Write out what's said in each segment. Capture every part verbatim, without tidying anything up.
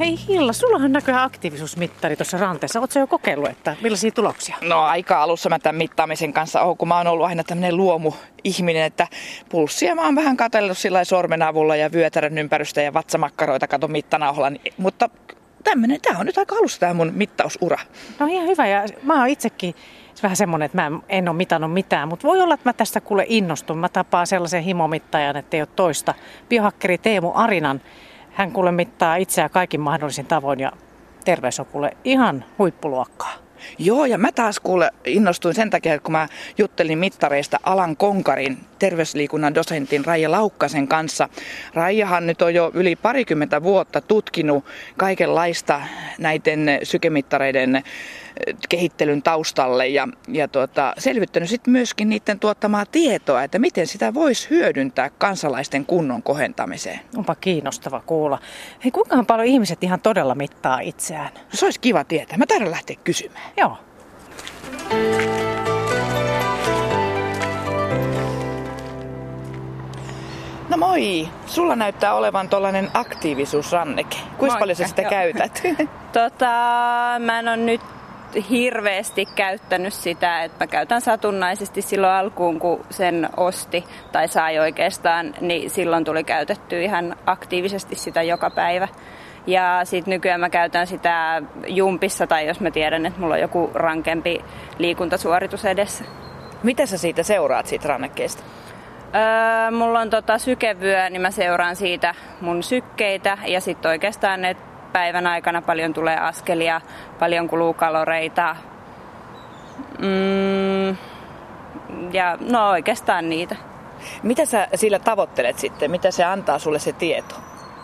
Hei Hilla, sulla on näköjään aktiivisuusmittari tuossa ranteessa. Ootko jo kokeillut, että millaisia tuloksia? No aika alussa mä tämän mittaamisen kanssa oon, kun mä oon ollut aina tämmönen luomu-ihminen, että pulssia mä oon vähän katsellut sillä sormen avulla ja vyötärön ympärystä ja vatsamakkaroita katon mittanauhalla. Mutta tämmönen, tää on nyt aika alussa tää mun mittausura. No ihan hyvä, ja mä oon itsekin vähän semmonen, että mä en ole mitannut mitään, mutta voi olla, että mä tästä kuule innostun. Mä tapaan sellaisen himomittajan, että ei ole toista. Biohakkeri Teemu Arinan. Hän kuule mittaa itseään kaikin mahdollisin tavoin ja terveys on kuule ihan huippuluokkaa. Joo, ja mä taas kuule innostuin sen takia, että kun mä juttelin mittareista Alan Konkarin, terveysliikunnan dosentin Raija Laukkasen kanssa. Raijahan nyt on jo yli parikymmentä vuotta tutkinut kaikenlaista näiden sykemittareiden kehittelyn taustalle ja, ja tuota, selvittänyt sitten myöskin niiden tuottamaa tietoa, että miten sitä voisi hyödyntää kansalaisten kunnon kohentamiseen. Onpa kiinnostava kuulla. Hei, kuinka paljon ihmiset ihan todella mittaa itseään? Se olisi kiva tietää. Mä taidan lähteä kysymään. Joo. No moi! Sulla näyttää olevan tollainen aktiivisuusranneke. Kuinka paljon sä sitä joo. käytät? Tota, mä en ole nyt hirveästi käyttänyt sitä, että mä käytän satunnaisesti silloin alkuun, kun sen osti tai sai oikeastaan, niin silloin tuli käytettyä ihan aktiivisesti sitä joka päivä. Ja sitten nykyään mä käytän sitä jumpissa tai jos mä tiedän, että mulla on joku rankempi liikuntasuoritus edessä. Mitä sä siitä seuraat siitä rannekkeesta? Öö, mulla on tota sykevyö, niin mä seuraan siitä mun sykkeitä ja sitten oikeastaan, että päivän aikana paljon tulee askelia, paljon kuluu kaloreita. Mm, ja no oikeastaan niitä. Mitä sä sillä tavoittelet sitten? Mitä se antaa sulle se tieto?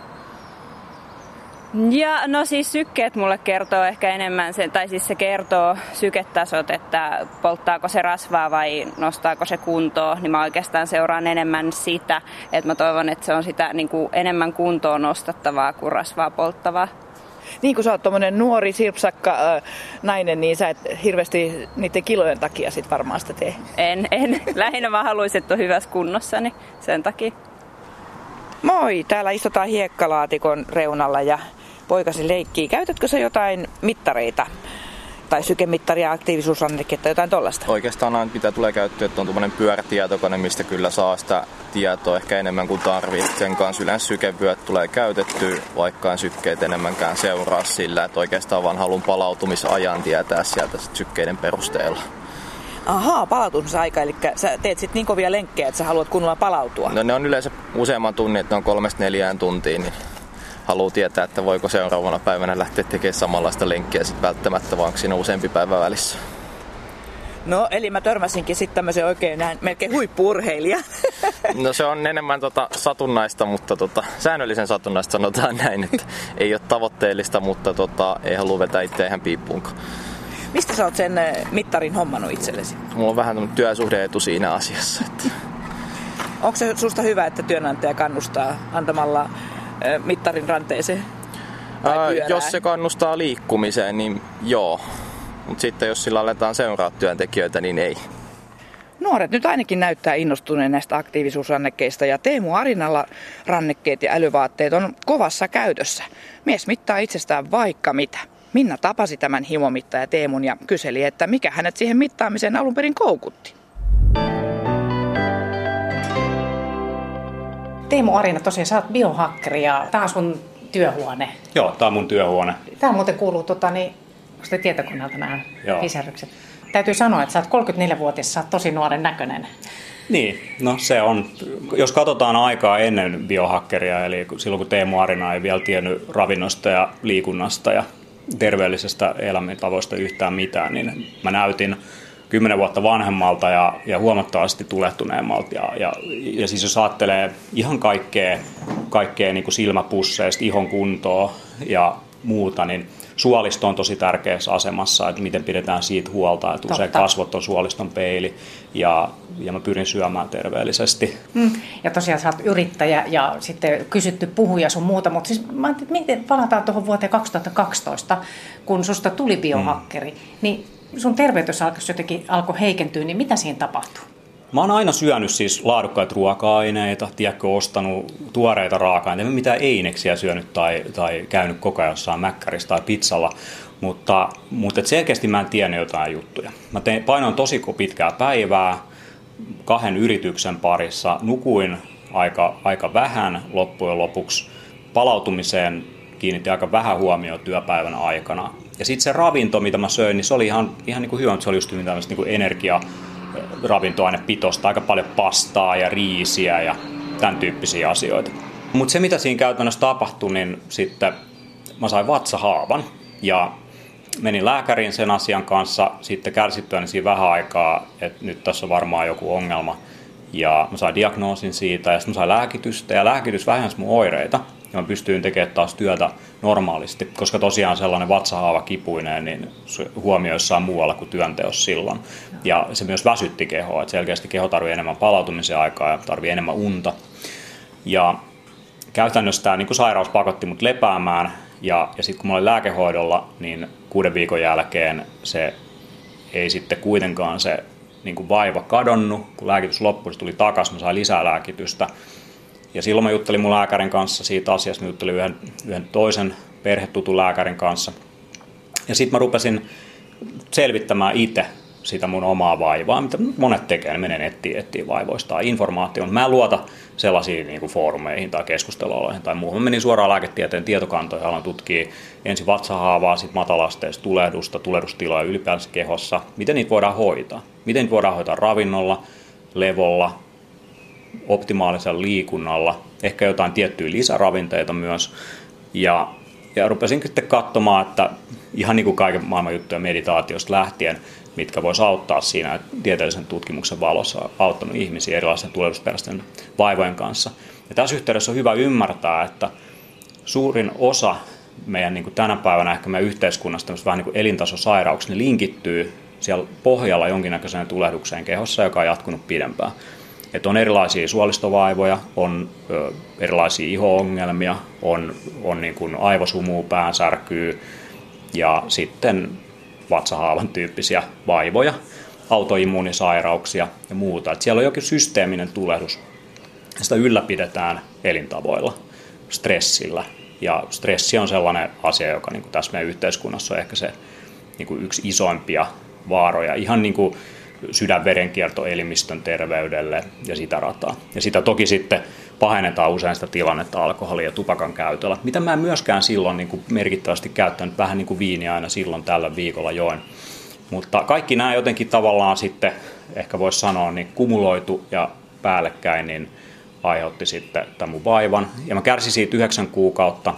Ja no siis sykkeet mulle kertoo ehkä enemmän, sen, tai siis se kertoo syketasot, että polttaako se rasvaa vai nostaako se kuntoa, niin mä oikeastaan seuraan enemmän sitä, että mä toivon, että se on sitä niin kuin enemmän kuntoon nostattavaa kuin rasvaa polttavaa. Niin kuin sä oot tommonen nuori sirpsakka äh, nainen, niin sä et hirveästi niiden kilojen takia sit varmaan sitä tee. En, en. Lähinnä mä haluaisin, että on hyvässä kunnossa, niin sen takia. Moi, täällä istutaan hiekkalaatikon reunalla ja poikasi leikkii. Käytätkö sä jotain mittareita? Tai sykemittaria, aktiivisuusranneketta, jotain tollaista? Oikeastaan aina mitä tulee käyttöön, että on tuommoinen pyörätietokone, mistä kyllä saa sitä tietoa ehkä enemmän kuin tarvii. Sen kanssa yleensä sykevyöt tulee käytettyä, vaikka en sykkeet enemmänkään seuraa sillä, että oikeastaan vaan haluan palautumisajan tietää sieltä sykkeiden perusteella. Ahaa, palautumisaika, eli sä teet sit niin kovia lenkkejä, että sä haluat kunnolla palautua. No ne on yleensä useamman tunnin, että ne on kolmesta neljään tuntiin, niin haluaa tietää, että voiko seuraavana päivänä lähteä tekemään samanlaista lenkkiä sit välttämättä, vaan onko siinä useampi päivä välissä. No, eli mä törmäsinkin sitten tämmöisen oikein näin, melkein huippu-urheilija. No se on enemmän tota satunnaista, mutta tota, säännöllisen satunnaista sanotaan näin, että ei ole tavoitteellista, mutta tota, ei halua vetää itse ihan piippuunkaan. Mistä sä oot sen mittarin hommannut itsellesi? Mulla on vähän tämmöinen työsuhde-etu siinä asiassa. Että... Onko se susta hyvä, että työnantaja kannustaa antamalla mittarin ranteeseen? Ää, jos se kannustaa liikkumiseen, niin joo. Mutta sitten jos sillä aletaan seuraa työntekijöitä, niin ei. Nuoret nyt ainakin näyttää innostuneen näistä aktiivisuusrannekkeista ja Teemu Arinalla rannekkeet ja älyvaatteet on kovassa käytössä. Mies mittaa itsestään vaikka mitä. Minna tapasi tämän himomittaja Teemun ja kyseli, että mikä hänet siihen mittaamiseen alun perin koukutti. Teemu Arina, tosiaan sä oot biohakkeri ja tää on sun työhuone. Joo, tää on mun työhuone. Tää muuten kuuluu, tota, niin, onko te tietokoneelta nämä Joo. pisärrykset? Täytyy sanoa, että sä oot kolmekymmentäneljävuotias, sä oot tosi nuoren näköinen. Niin, no se on, jos katsotaan aikaa ennen biohakkeria, eli silloin kun Teemu Arina ei vielä tiennyt ravinnosta ja liikunnasta ja terveellisestä elämäntavoista yhtään mitään, niin mä näytin kymmenen vuotta vanhemmalta ja, ja huomattavasti tulehtuneemmalta. Ja, ja, ja siis jos ajattelee ihan kaikkea, kaikkea niin kuin silmäpusseista, ihon kuntoa ja muuta, niin suolisto on tosi tärkeässä asemassa, että miten pidetään siitä huolta, että usein Totta. kasvot on suoliston peili ja, ja mä pyrin syömään terveellisesti. Mm. Ja tosiaan sä oot yrittäjä ja sitten kysytty puhuja sun muuta, mutta siis mä ajattelin, että miten palataan tuohon vuoteen kaksituhattakaksitoista, kun susta tuli biohakkeri, mm. niin sun terveys alkoi jotenkin alkoi heikentyä, niin mitä siinä tapahtui? Mä oon aina syönyt siis laadukkaita ruoka-aineita, tiedätkö, ostanut tuoreita raaka-aineita, en mitään eineksiä syönyt tai, tai käynyt koko ajan jossain mäkkärissä tai pizzalla, mutta, mutta selkeästi mä en tiennyt jotain juttuja. Mä tein, painoin tosi pitkää päivää kahden yrityksen parissa, nukuin aika, aika vähän loppujen lopuksi, palautumiseen kiinnitti aika vähän huomioon työpäivän aikana. Ja sitten se ravinto, mitä mä söin, niin se oli ihan, ihan niin kuin hyvä, se oli just tämmöistä niin kuin energia, ravintoainepitoista, aika paljon pastaa ja riisiä ja tämän tyyppisiä asioita. Mutta se, mitä siinä käytännössä tapahtui, niin sitten mä sain vatsahaavan ja menin lääkäriin sen asian kanssa, sitten kärsittyäni siinä vähän aikaa, että nyt tässä on varmaan joku ongelma. Ja mä sain diagnoosin siitä ja sitten mä sain lääkitystä ja lääkitys vähensi mun oireita. Ja mä pystyin tekemään taas työtä normaalisti, koska tosiaan sellainen vatsahaava kipuineen, niin huomio jossain muualla kuin työnteossa silloin. Ja se myös väsytti kehoa, että selkeästi keho tarvii enemmän palautumisen aikaa ja tarvii enemmän unta. Ja käytännössä tämä niin kuin sairaus pakotti mut lepäämään ja, ja sitten kun mä olin lääkehoidolla, niin kuuden viikon jälkeen se ei sitten kuitenkaan se niin kuin vaiva kadonnut. Kun lääkitys loppui, se tuli takaisin, mä sain lisää lääkitystä. Ja silloin mä juttelin mun lääkärin kanssa siitä asiasta, mä juttelin yhden, yhden toisen perhetutun lääkärin kanssa. Ja sitten mä rupesin selvittämään itse sitä mun omaa vaivaa, mitä monet tekee, ne menee nettiin etsiä vaivoistaan informaation. Mä en luota sellaisiin niin kuin foorumeihin tai keskustelualoihin tai muuhun. Mä menin suoraan lääketieteen tietokantoihin ja aloin tutkia ensin vatsahaavaa, sitten matalasteista tulehdusta, tulehdustiloja ylipäänsä kehossa. Miten niitä voidaan hoitaa? Miten niitä voidaan hoitaa ravinnolla, levolla, optimaalisella liikunnalla, ehkä jotain tiettyjä lisäravinteita myös. Ja, ja rupesin sitten katsomaan, että ihan niin kuin kaiken maailman juttuja meditaatiosta lähtien, mitkä voisi auttaa siinä, että tieteellisen tutkimuksen valossa on auttanut ihmisiä erilaisten tulehdusperäisten vaivojen kanssa. Ja tässä yhteydessä on hyvä ymmärtää, että suurin osa meidän niin kuin tänä päivänä ehkä meidän yhteiskunnasta vähän niin kuin elintasosairauksia, ne linkittyy siellä pohjalla jonkinnäköiseen tulehdukseen kehossa, joka on jatkunut pidempään. Että on erilaisia suolistovaivoja, on ö, erilaisia iho-ongelmia, on, on niin kuin aivosumua, päänsärkyä ja sitten vatsahaavan tyyppisiä vaivoja, autoimmuunisairauksia ja muuta. Et siellä on jokin systeeminen tulehdus. Sitä ylläpidetään elintavoilla, stressillä. Ja stressi on sellainen asia, joka niin kuin tässä meidän yhteiskunnassa on ehkä se niin kuin yksi isoimpia vaaroja. Ihan niin kuin sydänverenkierto elimistön terveydelle ja sitä rataa. Ja sitä toki sitten pahennetaan usein sitä tilannetta alkoholin ja tupakan käytöllä, mitä mä en myöskään silloin niin kuin merkittävästi käyttänyt, vähän niin kuin viiniä aina silloin tällä viikolla join. Mutta kaikki nämä jotenkin tavallaan sitten, ehkä voisi sanoa, niin kumuloitu ja päällekkäin, niin aiheutti sitten tämän mun vaivan. Ja mä kärsin siitä yhdeksän kuukautta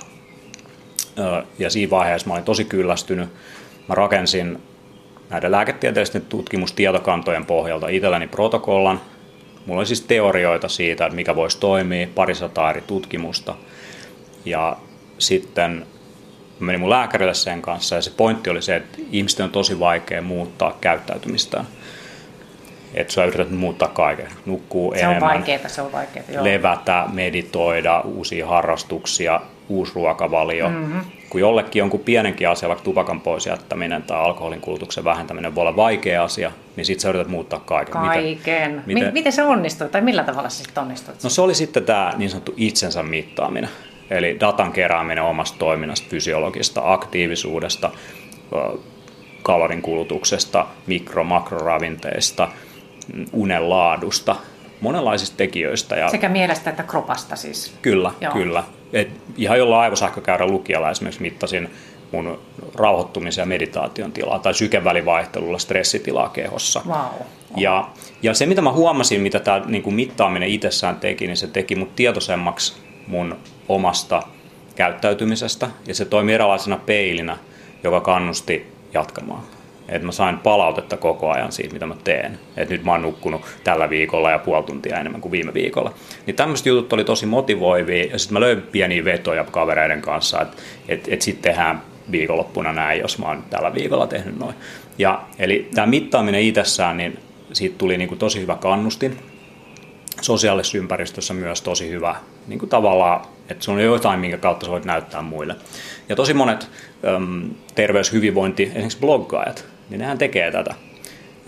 ja siinä vaiheessa mä olin tosi kyllästynyt. Mä rakensin näiden lääketieteellisten tutkimustietokantojen pohjalta itselläni protokollan. Mulla oli siis teorioita siitä, että mikä voisi toimia, parisataa eri tutkimusta. Ja sitten menin mun lääkärille sen kanssa ja se pointti oli se, että ihmisten on tosi vaikea muuttaa käyttäytymistään. Että sä yrität muuttaa kaiken, nukkuu se enemmän, on vaikeaa, se on vaikeaa, joo. levätä, meditoida, uusia harrastuksia, uusi ruokavalio. Mm-hmm. Kun jollekin jonkun pienenkin asia, vaikka tupakan pois jättäminen tai alkoholin kulutuksen vähentäminen voi olla vaikea asia, niin sitten sä yrität muuttaa kaiken. Kaiken. Miten, miten, miten se onnistui tai millä tavalla se sitten onnistui? No se oli sitten tämä niin sanottu itsensä mittaaminen, eli datan kerääminen omasta toiminnasta, fysiologista aktiivisuudesta, kalorin kulutuksesta, mikro- makroravinteista, unen laadusta, monenlaisista tekijöistä. Ja sekä mielestä että kropasta siis. Kyllä, Joo. kyllä. Et ihan jollain aivosähkökäyrän lukijalla esimerkiksi mittasin mun rauhoittumisen ja meditaation tilaa tai sykevälivaihtelulla stressitilaa kehossa. Wow. Ja, ja se, mitä mä huomasin, mitä tämä niin mittaaminen itsessään teki, niin se teki mut tietoisemmaksi mun omasta käyttäytymisestä ja se toimi erilaisena peilinä, joka kannusti jatkamaan. Että mä sain palautetta koko ajan siitä, mitä mä teen. Että nyt mä oon nukkunut tällä viikolla ja puoli tuntia enemmän kuin viime viikolla. Niin tämmöiset jutut oli tosi motivoivia. Ja sitten mä löin pieniä vetoja kavereiden kanssa, että et, et sitten tehdään viikonloppuna näin, jos mä oon tällä viikolla tehnyt noin. Ja, eli tämä mittaaminen itsessään, niin siitä tuli niinku tosi hyvä kannustin. Sosiaalisessa ympäristössä myös tosi hyvä. Niin kuin tavallaan, että se on jotain, minkä kautta sä voit näyttää muille. Ja tosi monet äm, terveys-, hyvinvointi, esimerkiksi bloggaajat, niin nehän tekee tätä.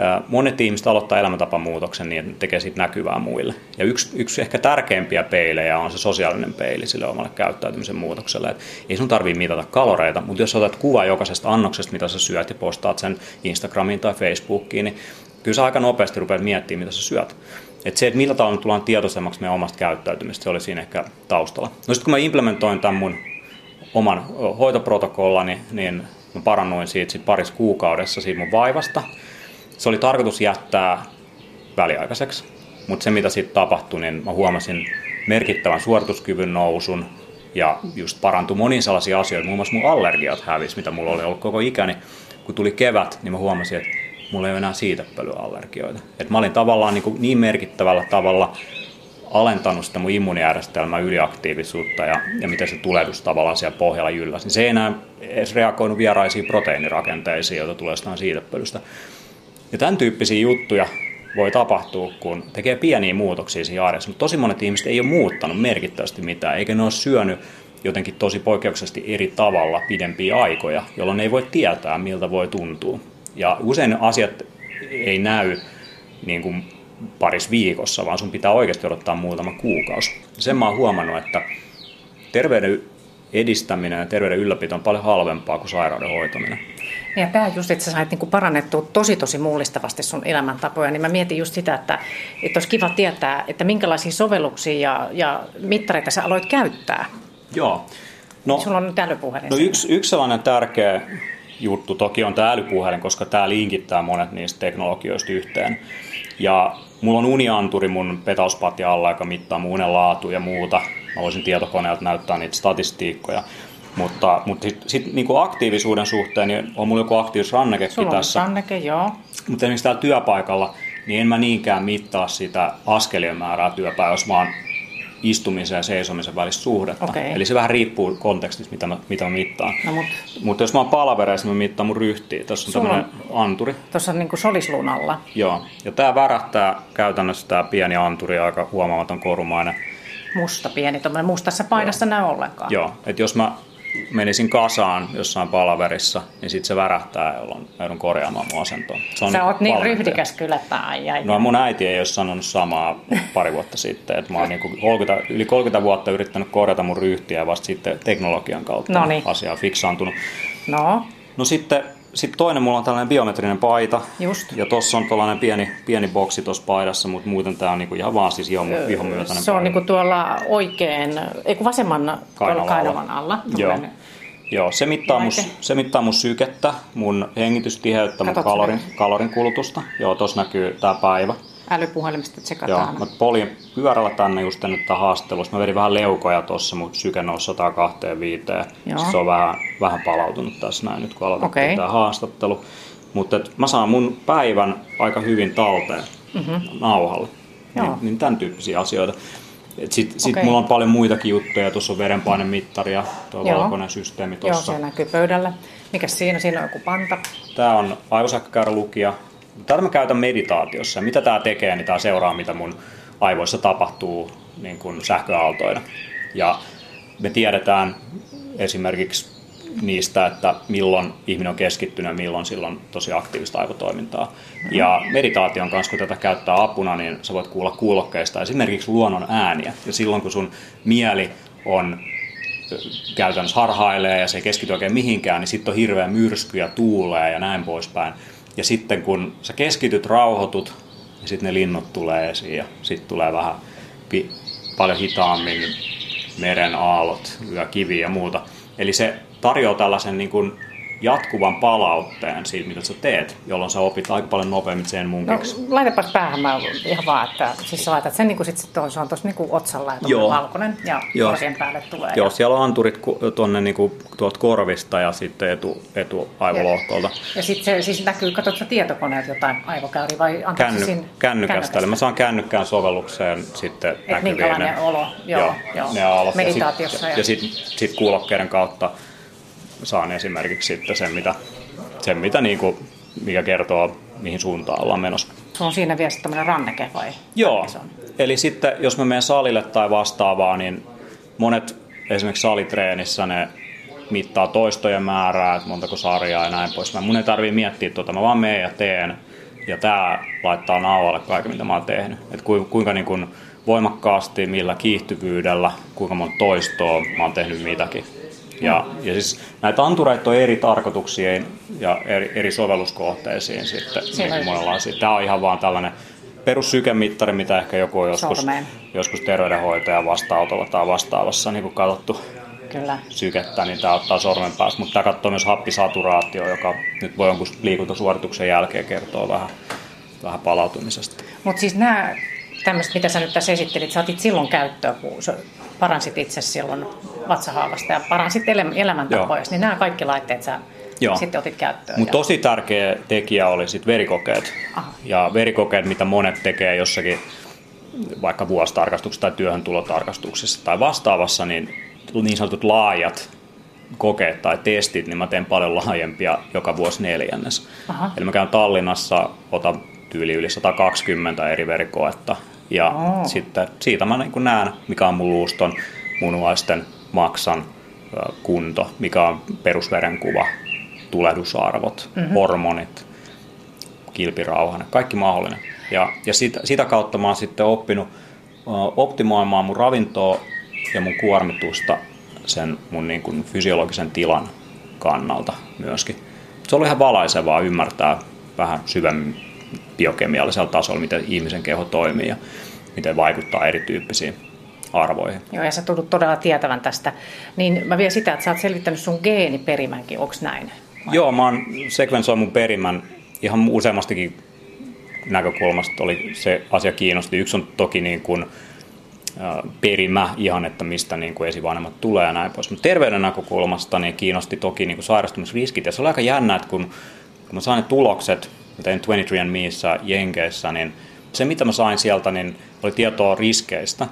Monet ihmiset aloittaa elämäntapamuutoksen niin, että ne tekee siitä näkyvää muille. Ja yksi, yksi ehkä tärkeimpiä peilejä on se sosiaalinen peili sille omalle käyttäytymisen muutokselle. Et ei sun tarvitse mitata kaloreita, mutta jos otat kuva jokaisesta annoksesta, mitä sä syöt ja postaat sen Instagramiin tai Facebookiin, niin kyllä sä aika nopeasti rupeat miettimään, mitä sä syöt. Et se, että millä tavalla me tullaan tietoisemmaksi meidän omasta käyttäytymistä, se oli siinä ehkä taustalla. No sitten kun mä implementoin tämän mun oman hoitoprotokollani, niin mä parannuin siitä sit parissa kuukaudessa siitä mun vaivasta. Se oli tarkoitus jättää väliaikaiseksi, mutta se mitä sitten tapahtui, niin mä huomasin merkittävän suorituskyvyn nousun ja just parantui moniin sellaisia asioita, muun muassa mun allergiat hävisi, mitä mulla oli ollut koko ikäni. Kun tuli kevät, niin mä huomasin, että mulla ei ole enää siitepölyallergioita. Et mä olin tavallaan niin, niin merkittävällä tavalla alentanut sitä mun immuunijärjestelmää, yliaktiivisuutta ja, ja miten se tulehdus tavallaan siellä pohjalla jylläsi. Se ei enää edes reagoinut vieraisiin proteiinirakenteisiin, joita tulee jostain siitepölystä. Ja tämän tyyppisiä juttuja voi tapahtua, kun tekee pieniä muutoksia siinä arjessa. Mutta tosi monet ihmiset ei ole muuttanut merkittävästi mitään, eikä ne ole syönyt jotenkin tosi poikkeuksellisesti eri tavalla pidempiä aikoja, jolloin ei voi tietää, miltä voi tuntua. Ja usein asiat ei näy niin kuin paris viikossa, vaan sun pitää oikeasti odottaa muutama kuukausi. Sen mä oon huomannut, että terveyden edistäminen ja terveyden ylläpito on paljon halvempaa kuin sairauden hoitaminen. Ja tämä just, että sä sait niinku parannettua tosi tosi mullistavasti sun elämäntapoja, niin mä mietin just sitä, että, että olisi kiva tietää, että minkälaisia sovelluksia ja, ja mittareita sä aloit käyttää. Joo. No, sulla on nyt älypuhelin. No yksi, yksi sellainen tärkeä juttu toki on tämä älypuhelin, koska tämä linkittää monet niistä teknologioista yhteen. Ja mulla on unianturi mun petauspatjan alla, joka mittaa mun unen laatu ja muuta. Mä voisin tietokoneelta näyttää niitä statistiikkoja. Mutta, mutta sitten sit, niin aktiivisuuden suhteen niin on mulla joku aktiivisrannekekin sulla tässä. Sulla on ranneke, joo. Mutta esimerkiksi täällä työpaikalla, niin en mä niinkään mittaa sitä askelien määrää työpäivässä, vaan istumisen ja seisomisen välistä suhdetta. Okay. Eli se vähän riippuu kontekstista, mitä mä, mitä mä mittaan. No, mut... Mutta jos mä oon palavereissa, mä mittaan mun ryhtiä. Tässä on tämmöinen anturi. Tuossa on niin kuin solisluun alla. Joo. Ja tää värähtää käytännössä tää pieni anturi, aika huomaamaton korumainen. Musta pieni, tuommoinen mustassa painassa näy ollenkaan. Joo. Että jos mä menisin kasaan jossain palaverissa, niin sitten se värähtää, jolloin joudun korjaamaan mun asentoa. Sä niin oot niin ryhdikäs kyllä, että ai, ai. No mun äiti ei ole sanonut samaa pari vuotta sitten, että mä oon niinku kolmekymmentä, yli kolmekymmentä vuotta yrittänyt korjata mun ryhtiä ja vasta sitten teknologian kautta Noniin. asia on fiksaantunut. No. No sitten sit toinen mulla on tällainen biometrinen paita. Just. Ja tossa on tällainen pieni, pieni boksi tuossa paidassa, mutta muuten tää on niinku ihan vaan siis ihon, ihon myötäinen. Se on niinku tuolla oikein, ei kun vasemman kainavan, kainavan alla. Joo. Joo, se mittaa, mun, se mittaa mun sykettä, mun hengitystiheyttä, mun kalorin, kalorin kulutusta. Joo, tossa näkyy tää päivä. Älypuhelimesta tsekataan. Joo, mä poljin pyörällä tänne just ennen tätä haastattelua. Mä vedin vähän leukoja tossa, mutta syke nousi sata kaksikymmentäviisi. Se on vähän, vähän palautunut tässä näin nyt, kun aloitettiin okay. tää haastattelu. Mutta mä saan mun päivän aika hyvin talteen mm-hmm. nauhalle. Niin, niin tämän tyyppisiä asioita. Sitten sit okay. mulla on paljon muitakin juttuja. Tuossa on verenpainemittari ja tuo valkoinen systeemi tuossa. Joo, se näkyy pöydällä. Mikäs siinä? Siinä on joku panta. Tää on aivosähkökäyrälukija. Tätä mä käytän meditaatiossa. Mitä tää tekee, niin tää seuraa, mitä mun aivoissa tapahtuu niin kuin sähköaaltoina. Ja me tiedetään esimerkiksi niistä, että milloin ihminen on keskittynyt ja milloin silloin tosi aktiivista aivotoimintaa. Mm-hmm. Ja meditaation kanssa, kun tätä käyttää apuna, niin sä voit kuulla kuulokkeista esimerkiksi luonnon ääniä. Ja silloin, kun sun mieli on käytännössä harhailee ja se ei keskity oikein mihinkään, niin sitten on hirveä myrsky ja tuulee ja näin poispäin. Ja sitten kun sä keskityt, rauhoitut, niin sitten ne linnut tulee esiin ja sitten tulee vähän pi- paljon hitaammin meren aallot, kiviä ja muuta. Eli se tarjoaa tällaisen niin kuin jatkuvan palautteen siitä, mitä sä teet, jolloin sä opit aika paljon nopeammin sen munkiksi. No, laitapas päähän mä ihan vaan, että siis sä laitat sen niin kuin sit, sit se on tuossa niin kuin otsalla ja valkoinen ja korvien päälle tulee. Joo, ja... siellä on anturit tuonne niin kuin tuolta korvista ja sitten etu, etuaivolohkolta. Ja, ja sitten se siis näkyy, katsot sä tietokoneet jotain aivokäyriä vai antaa Känny, siinä kännykästä. Eli mä saan kännykkään sovellukseen sitten näkyviin. Minkälainen olo, joo, joo. Ne aallot. Meditaatiossa. Ja sitten ja... sit, sit kuulokkeiden kautta saan esimerkiksi sitten sen, mitä, sen, mitä niinku, mikä kertoo, mihin suuntaan ollaan menossa. Se on siinä vielä sitten tämmöinen ranneke vai? Joo, eli sitten jos mä menen salille tai vastaavaa, niin monet esimerkiksi salitreenissä ne mittaa toistojen määrää, että montako sarjaa ja näin pois. Mun ei tarvitse miettiä tuota, mä vaan menen ja teen. Ja tämä laittaa nauhalle kaiken, mitä mä oon tehnyt. Että kuinka niin kuin voimakkaasti, millä kiihtyvyydellä, kuinka monta toistoa mä oon tehnyt mitäkin. Ja, ja siis näitä antureita on eri tarkoituksiin ja eri, eri sovelluskohteisiin sitten. Niin monenlaisia. Tämä on ihan vaan tällainen perussykemittari, mitä ehkä joku on joskus, joskus terveydenhoitaja vastaanotolla tai vastaavassa niin kuin katsottu Kyllä. sykettä, niin tämä ottaa sormen päästä. Mutta tämä katsoo myös happisaturaatio, joka nyt voi jonkun liikuntasuorituksen jälkeen kertoa vähän, vähän palautumisesta. Mutta siis nämä tämmöiset, mitä sä nyt tässä esittelit, sä otit silloin käyttöön, kun sä paransit itse silloin vatsahaavasta ja paransit elämäntapoja, niin nämä kaikki laitteet sä Joo. sitten otit käyttöön. Mutta tosi tärkeä tekijä oli sitten verikokeet. Aha. Ja verikokeet, mitä monet tekee jossakin vaikka vuositarkastuksessa tai työhöntulotarkastuksessa tai vastaavassa, niin niin sanotut laajat kokeet tai testit, niin mä teen paljon laajempia joka vuosi neljännes. Aha. Eli mä käyn Tallinnassa, otan tyyli yli sata kaksikymmentä eri verikoetta ja oh. sitten siitä mä niin näen, mikä on mun luuston, munuaisten, maksan kunto, mikä on perusverenkuva, tulehdusarvot, mm-hmm. hormonit, kilpirauhanen, kaikki mahdollinen. Ja, ja sitä, sitä kautta mä oon sitten oppinut optimoimaan mun ravintoa ja mun kuormitusta sen mun niin kuin fysiologisen tilan kannalta myöskin. Se on ihan valaisevaa ymmärtää vähän syvemmin biokemiallisella tasolla, miten ihmisen keho toimii ja miten vaikuttaa erityyppisiin arvoihin. Joo, ja sä tulet todella tietävän tästä. Niin mä vielä sitä, että sä oot selvittänyt sun geeniperimänkin, onko näin? Vai? Joo, mä oon sekvensoinut mun perimän ihan useammastakin näkökulmasta oli se asia kiinnosti. Yksi on toki niin kuin perimä ihan, että mistä niin kuin esivanhemmat tulee ja näin pois. Mutta terveyden näkökulmasta niin kiinnosti toki niin kuin sairastumisriskit. Ja se oli aika jännä, että kun, kun mä sain ne tulokset, mä tein kaksikymmentäkolme and Meissa Jenkeissä, niin se mitä mä sain sieltä, niin oli tietoa riskeistä.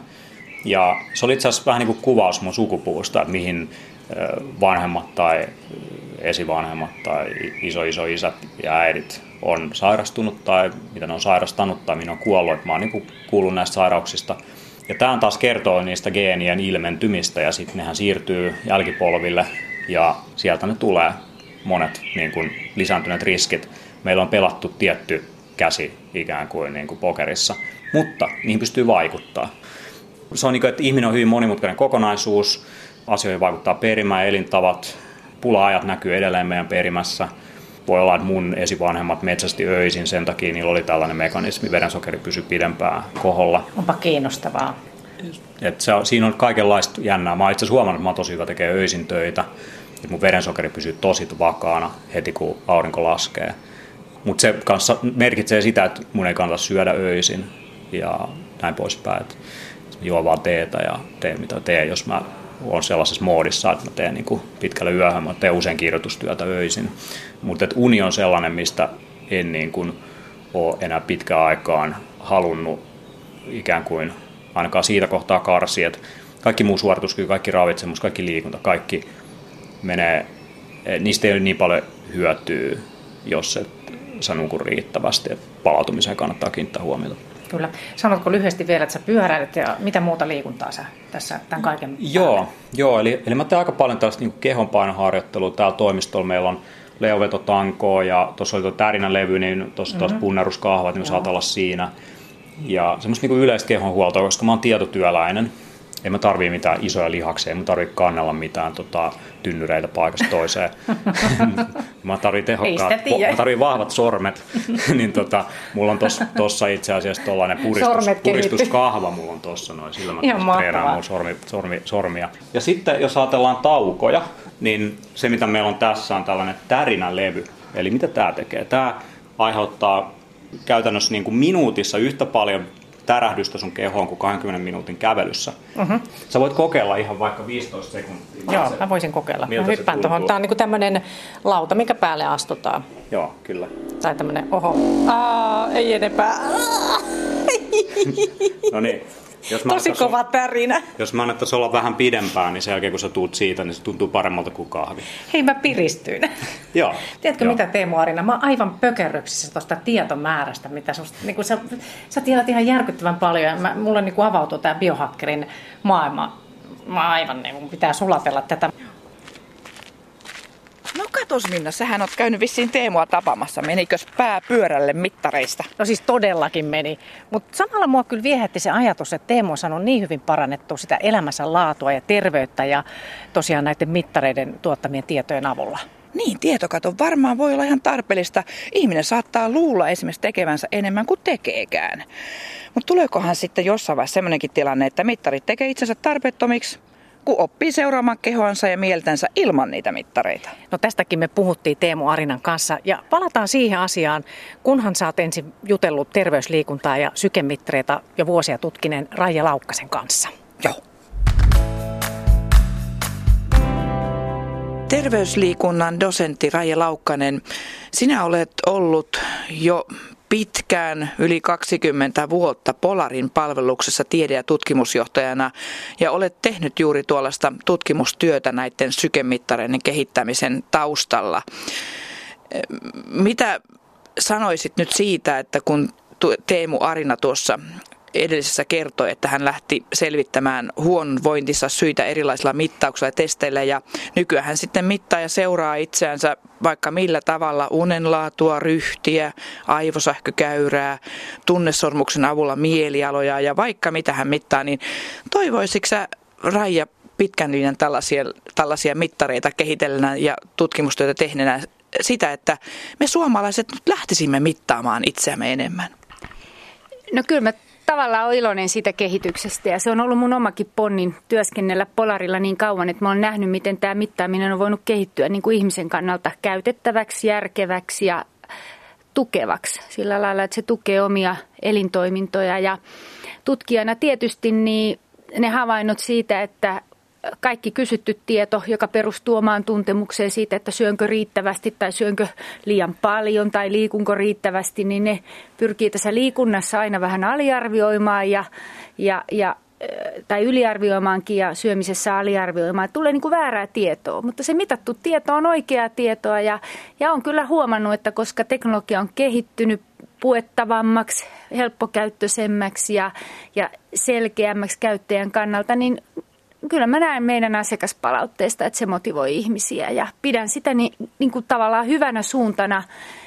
Ja se oli itse asiassa vähän niin kuin kuvaus mun sukupuusta, että mihin vanhemmat tai esivanhemmat tai iso-iso-isät ja äidit on sairastunut tai mitä ne on sairastanut tai minä on kuollut. Että mä oon niin kuin kuullut näistä sairauksista. Ja tämä taas kertoo niistä geenien ilmentymistä ja sitten nehän siirtyy jälkipolville ja sieltä ne tulee monet niin kuin lisääntyneet riskit. Meillä on pelattu tietty käsi ikään kuin, niin kuin pokerissa, mutta niihin pystyy vaikuttaa. Se on niin kuin, että ihminen on hyvin monimutkainen kokonaisuus, asioihin vaikuttaa perimä ja elintavat, pula-ajat näkyy edelleen meidän perimässä. Voi olla, että mun esivanhemmat metsästi öisin, sen takia niillä oli tällainen mekanismi, verensokeri pysyy pidempään koholla. Onpa kiinnostavaa. Et se on, siinä on kaikenlaista jännää. Mä oon itse asiassa huomannut, että mä oon tosi hyvä tekemään öisin töitä. Et mun verensokeri pysyy tosi vakaana heti, kun aurinko laskee. Mutta se kanssa merkitsee sitä, että mun ei kannata syödä öisin ja näin poispäin. Et juo vaan teetä ja teen mitä teen, jos mä oon sellaisessa moodissa, että mä teen niin kuin pitkälle yöhön. Mä teen usein kirjoitustyötä öisin. Mutta uni on sellainen, mistä en niin kuin ole enää pitkään aikaan halunnut ikään kuin ainakaan siitä kohtaa karsia, että kaikki muu suorituskyky, kaikki ravitsemus, kaikki liikunta, kaikki menee, niistä ei ole niin paljon hyötyä, jos et sä nuku riittävästi, että palautumiseen kannattaa kiinnittää huomiota. Kyllä. Sanotko lyhyesti vielä, että sä pyöräilet ja mitä muuta liikuntaa sä tässä tämän kaiken Joo, joo eli, eli mä teen aika paljon tällaista niin kehonpainoharjoittelua. Täällä toimistolla meillä on leovetotankoa ja tuossa oli tuo tärinälevy, niin tuossa mm-hmm. punneruskahvat, niin saat olla siinä. Ja semmoista niin yleistä kehonhuoltoa, koska mä oon tietotyöläinen. En mä tarvii mitään isoja lihaksia, en mä tarvii kannella mitään tota, tynnyreitä paikasta toiseen. Mä tarvii tehokkaat, mä tarvii vahvat sormet. niin tota, mulla on tossa, tossa itse asiassa tollainen puristus, puristuskahva mulla on tossa noin, sillä mä treenaan mun sormi, sormi, sormia. Ja sitten jos ajatellaan taukoja, niin se mitä meillä on tässä on tällainen tärinälevy. Eli mitä tää tekee? Tää aiheuttaa käytännössä niin kuin minuutissa yhtä paljon tärähdystä sun kehoon kuin kaksikymmentä minuutin kävelyssä. Uh-huh. Sä voit kokeilla ihan vaikka viisitoista sekuntia. Joo, mä voisin kokeilla. Mä hyppään tuohon. Tää on niinku tämmönen lauta, minkä päälle astutaan. Joo, kyllä. Tai tämmönen, oho. Aa, ei enempää. No niin. Jos Tosi kova tärinä. Jos mä annettaisiin olla vähän pidempään, niin sen jälkeen kun sä tuut siitä, niin se tuntuu paremmalta kuin kahvi. Hei, mä piristyin. Joo. Tiedätkö jo. mitä, Teemu Arina? Mä oon aivan pökerryksissä tuosta tietomäärästä, mitä susta, niin kun sä, sä tiedät ihan järkyttävän paljon. Ja mä, mulle niin avautuu tää biohakkerin maailma. Mä aivan niin pitää sulatella tätä. No katos Minna, sähän oot käynyt vissiin Teemua tapaamassa. Menikös pää pyörälle mittareista? No siis todellakin meni. Mutta samalla mua kyllä viehätti se ajatus, että Teemu on saanut niin hyvin parannettua sitä elämänsä laatua ja terveyttä ja tosiaan näiden mittareiden tuottamien tietojen avulla. Niin, tietokato varmaan voi olla ihan tarpeellista. Ihminen saattaa luulla esimerkiksi tekevänsä enemmän kuin tekeekään. Mutta tuleekohan sitten jossain vaiheessa sellainenkin tilanne, että mittarit tekee itsensä tarpeettomiksi, kun oppii seuraamaan kehoansa ja mieltänsä ilman niitä mittareita? No tästäkin me puhuttiin Teemu Arinan kanssa ja palataan siihen asiaan, kunhan sä oot ensin jutellut terveysliikuntaa ja sykemittareita jo vuosia tutkineen Raija Laukkasen kanssa. Joo. Terveysliikunnan dosentti Raija Laukkanen, sinä olet ollut jo pitkään, yli kaksikymmentä vuotta Polarin palveluksessa tiede- ja tutkimusjohtajana ja olet tehnyt juuri tuollaista tutkimustyötä näiden sykemittareiden kehittämisen taustalla. Mitä sanoisit nyt siitä, että kun Teemu Arina tuossa edellisessä kertoi, että hän lähti selvittämään huonovointinsa syitä erilaisilla mittauksilla ja testeillä ja nykyään hän sitten mittaa ja seuraa itseänsä vaikka millä tavalla unenlaatua, ryhtiä, aivosähkökäyrää, tunnesormuksen avulla mielialoja ja vaikka mitä hän mittaa, niin toivoisitko sä, Raija, pitkän linjan tällaisia, tällaisia mittareita kehitellään ja tutkimustyötä tehneenä sitä, että me suomalaiset nyt lähtisimme mittaamaan itseämme enemmän? No kyllä mä tavallaan olen iloinen siitä kehityksestä ja se on ollut mun omakin ponnin työskennellä Polarilla niin kauan, että mä oon nähnyt, miten tämä mittaaminen on voinut kehittyä niin kuin ihmisen kannalta käytettäväksi, järkeväksi ja tukevaksi sillä lailla, että se tukee omia elintoimintoja. Ja tutkijana tietysti niin ne havainnot siitä, että kaikki kysytty tieto, joka perustuu omaan tuntemukseen siitä, että syönkö riittävästi tai syönkö liian paljon tai liikunko riittävästi, niin ne pyrkii tässä liikunnassa aina vähän aliarvioimaan ja, ja, ja, tai yliarvioimaankin ja syömisessä aliarvioimaan. Tulee niin kuin väärää tietoa, mutta se mitattu tieto on oikeaa tietoa ja, ja on kyllä huomannut, että koska teknologia on kehittynyt puettavammaksi, helppokäyttöisemmäksi ja, ja selkeämmäksi käyttäjän kannalta, niin kyllä mä näen meidän asiakaspalautteesta, että se motivoi ihmisiä ja pidän sitä niin, niin kuin tavallaan hyvänä suuntana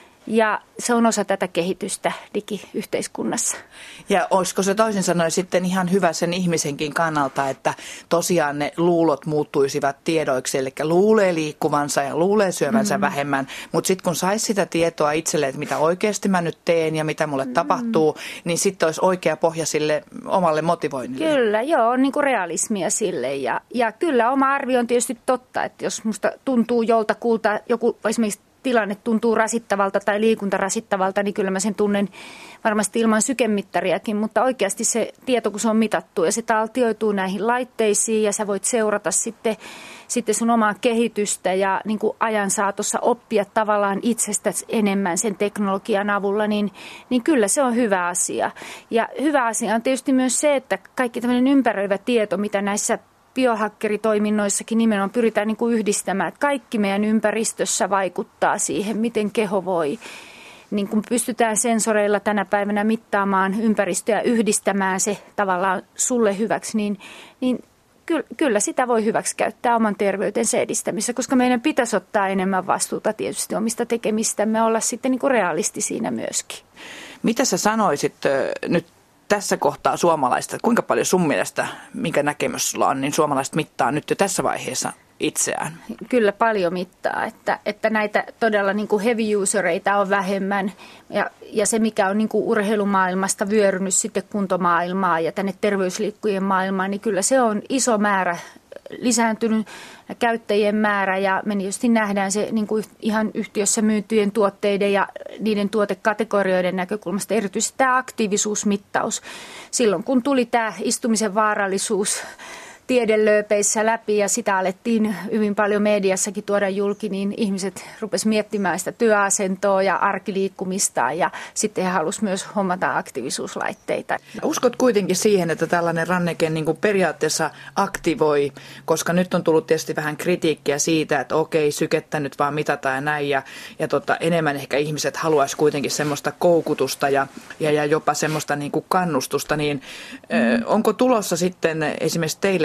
ja se on osa tätä kehitystä digiyhteiskunnassa. Ja olisiko se toisin sanoen sitten ihan hyvä sen ihmisenkin kannalta, että tosiaan ne luulot muuttuisivat tiedoiksi, eli luulee liikkuvansa ja luulee syövänsä mm. vähemmän, mutta sitten kun saisi sitä tietoa itselle, että mitä oikeasti mä nyt teen ja mitä mulle mm. tapahtuu, niin sitten olisi oikea pohja sille omalle motivoinnille. Kyllä, joo, on niin kuin realismia sille ja, ja kyllä oma arvio on tietysti totta, että jos musta tuntuu joltakulta joku esimerkiksi tilanne tuntuu rasittavalta tai liikunta rasittavalta, niin kyllä mä sen tunnen varmasti ilman sykemittariakin, mutta oikeasti se tieto, kun se on mitattu ja se taltioituu näihin laitteisiin ja sä voit seurata sitten, sitten sun omaa kehitystä ja niin kuin ajan saatossa oppia tavallaan itsestäsi enemmän sen teknologian avulla, niin, niin kyllä se on hyvä asia. Ja hyvä asia on tietysti myös se, että kaikki tämmöinen ympäröivä tieto, mitä näissä biohakkeritoiminnoissakin nimenomaan pyritään niin kuin yhdistämään, että kaikki meidän ympäristössä vaikuttaa siihen, miten keho voi. Niin kun pystytään sensoreilla tänä päivänä mittaamaan ympäristöä ja yhdistämään se tavallaan sulle hyväksi, niin, niin kyllä sitä voi hyväksi käyttää oman terveytensä edistämisessä, koska meidän pitäisi ottaa enemmän vastuuta tietysti omista tekemistämme, olla sitten niin kuin realisti siinä myöskin. Mitä sä sanoisit nyt tässä kohtaa suomalaista, kuinka paljon sun mielestä, minkä näkemys sulla on, niin suomalaiset mittaa nyt jo tässä vaiheessa itseään? Kyllä paljon mittaa, että, että näitä todella niin kuin heavy usereita on vähemmän ja, ja se mikä on niin kuin urheilumaailmasta vyörynyt sitten kuntomaailmaa ja tänne terveysliikkujien maailmaan, niin kyllä se on iso määrä lisääntynyt käyttäjien määrä ja me tietysti nähdään se niin kuin ihan yhtiössä myytyjen tuotteiden ja niiden tuotekategorioiden näkökulmasta, erityisesti tämä aktiivisuusmittaus. Silloin kun tuli tämä istumisen vaarallisuus tiedelööpeissä läpi ja sitä alettiin hyvin paljon mediassakin tuoda julki, niin ihmiset rupesivat miettimään sitä työasentoa ja arkiliikkumistaan ja sitten he halusivat myös hommata aktiivisuuslaitteita. Uskot kuitenkin siihen, että tällainen ranneke niin kuin periaatteessa aktivoi, koska nyt on tullut tietysti vähän kritiikkiä siitä, että okei, sykettä nyt vaan mitataan ja näin ja, ja tota, enemmän ehkä ihmiset haluaisi kuitenkin semmoista koukutusta ja, ja, ja jopa semmoista niin kuin kannustusta, niin mm. ö, onko tulossa sitten esimerkiksi teille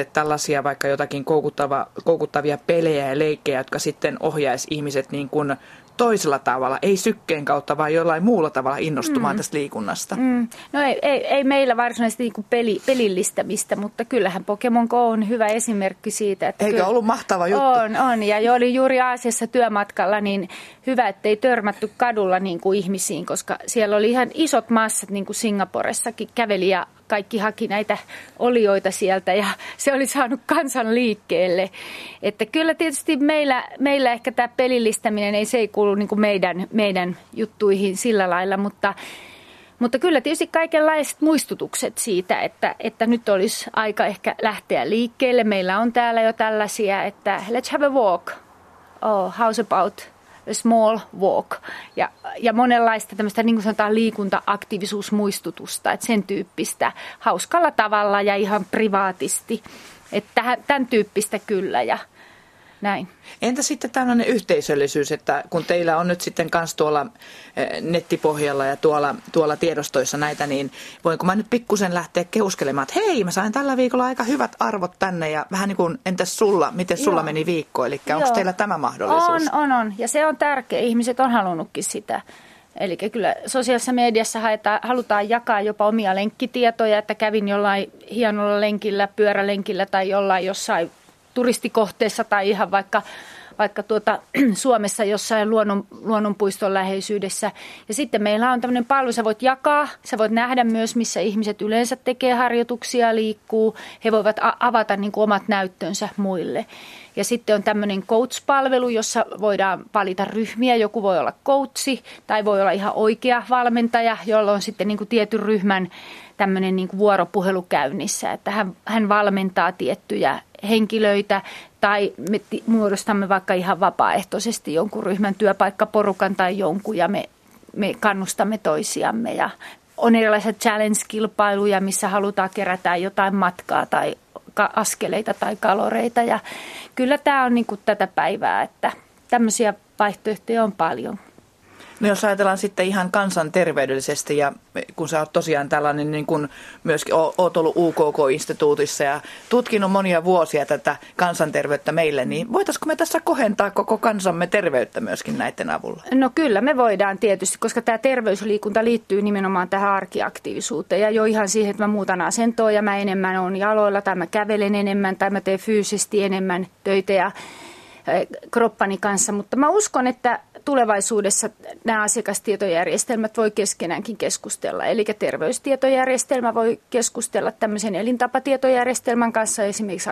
tällaisia vaikka jotakin koukuttava, koukuttavia pelejä ja leikkejä, jotka sitten ohjaisi ihmiset niin kuin toisella tavalla, ei sykkeen kautta, vaan jollain muulla tavalla innostumaan mm. tästä liikunnasta? Mm. No ei, ei, ei meillä varsinaisesti niin kuin peli, pelillistämistä, mutta kyllähän Pokemon Go on hyvä esimerkki siitä. Että eikö kyllä, ollut mahtava juttu? On, on. Ja jo oli juuri Aasiassa työmatkalla, niin hyvä, ettei törmätty kadulla niin kuin ihmisiin, koska siellä oli ihan isot massat, niin kuin Singaporessakin käveli ja kaikki haki näitä olioita sieltä ja se oli saanut kansan liikkeelle. Että kyllä tietysti meillä, meillä ehkä tämä pelillistäminen ei, se ei kuulu niin kuin meidän, meidän juttuihin sillä lailla, mutta, mutta kyllä tietysti kaikenlaiset muistutukset siitä, että, että nyt olisi aika ehkä lähteä liikkeelle. Meillä on täällä jo tällaisia, että let's have a walk, oh, how's about a small walk ja, ja monenlaista tämmöistä niin kuin sanotaan liikunta-aktiivisuusmuistutusta, että sen tyyppistä hauskalla tavalla ja ihan privaatisti, että tämän tyyppistä kyllä ja näin. Entä sitten tällainen yhteisöllisyys, että kun teillä on nyt sitten kanssa tuolla nettipohjalla ja tuolla, tuolla tiedostoissa näitä, niin voinko mä nyt pikkusen lähteä kehuskelemaan, että hei, mä sain tällä viikolla aika hyvät arvot tänne ja vähän niin kuin, entäs sulla, miten sulla Joo. meni viikko, eli onko teillä tämä mahdollisuus? On, on, on ja se on tärkeä, ihmiset on halunnutkin sitä. Eli kyllä sosiaalisessa mediassa haetaan, halutaan jakaa jopa omia lenkkitietoja, että kävin jollain hienolla lenkillä, pyörälenkillä tai jollain jossain turistikohteessa tai ihan vaikka, vaikka tuota, Suomessa jossain luonnon, luonnonpuiston läheisyydessä. Ja sitten meillä on tämmöinen palvelu, sä voit jakaa, sä voit nähdä myös, missä ihmiset yleensä tekee harjoituksia, liikkuu. He voivat avata niin kuin omat näyttönsä muille. Ja sitten on tämmöinen coach-palvelu, jossa voidaan valita ryhmiä. Joku voi olla coachi tai voi olla ihan oikea valmentaja, jolla on sitten niin kuin tietyn ryhmän tämmöinen niin kuin vuoropuhelu käynnissä. Että hän, hän valmentaa tiettyjä henkilöitä tai me muodostamme vaikka ihan vapaaehtoisesti jonkun ryhmän työpaikkaporukan tai jonkun ja me, me kannustamme toisiamme. Ja on erilaisia challenge-kilpailuja, missä halutaan kerätä jotain matkaa tai askeleita tai kaloreita ja kyllä tämä on niin kuin tätä päivää, että tämmöisiä vaihtoehtoja on paljon. No jos ajatellaan sitten ihan kansanterveydellisesti ja kun sä oot tosiaan tällainen niin kuin myöskin oot ollut U K K-instituutissa ja tutkinut monia vuosia tätä kansanterveyttä meille, niin voitaisiko me tässä kohentaa koko kansamme terveyttä myöskin näiden avulla? No kyllä me voidaan tietysti, koska tämä terveysliikunta liittyy nimenomaan tähän arkiaktiivisuuteen ja jo ihan siihen, että mä muutan asentoa ja mä enemmän on jaloilla tai mä kävelen enemmän tai mä teen fyysisesti enemmän töitä ja kroppani kanssa, mutta mä uskon, että tulevaisuudessa nämä asiakastietojärjestelmät voi keskenäänkin keskustella. Eli terveystietojärjestelmä voi keskustella tämmöisen elintapatietojärjestelmän kanssa, esimerkiksi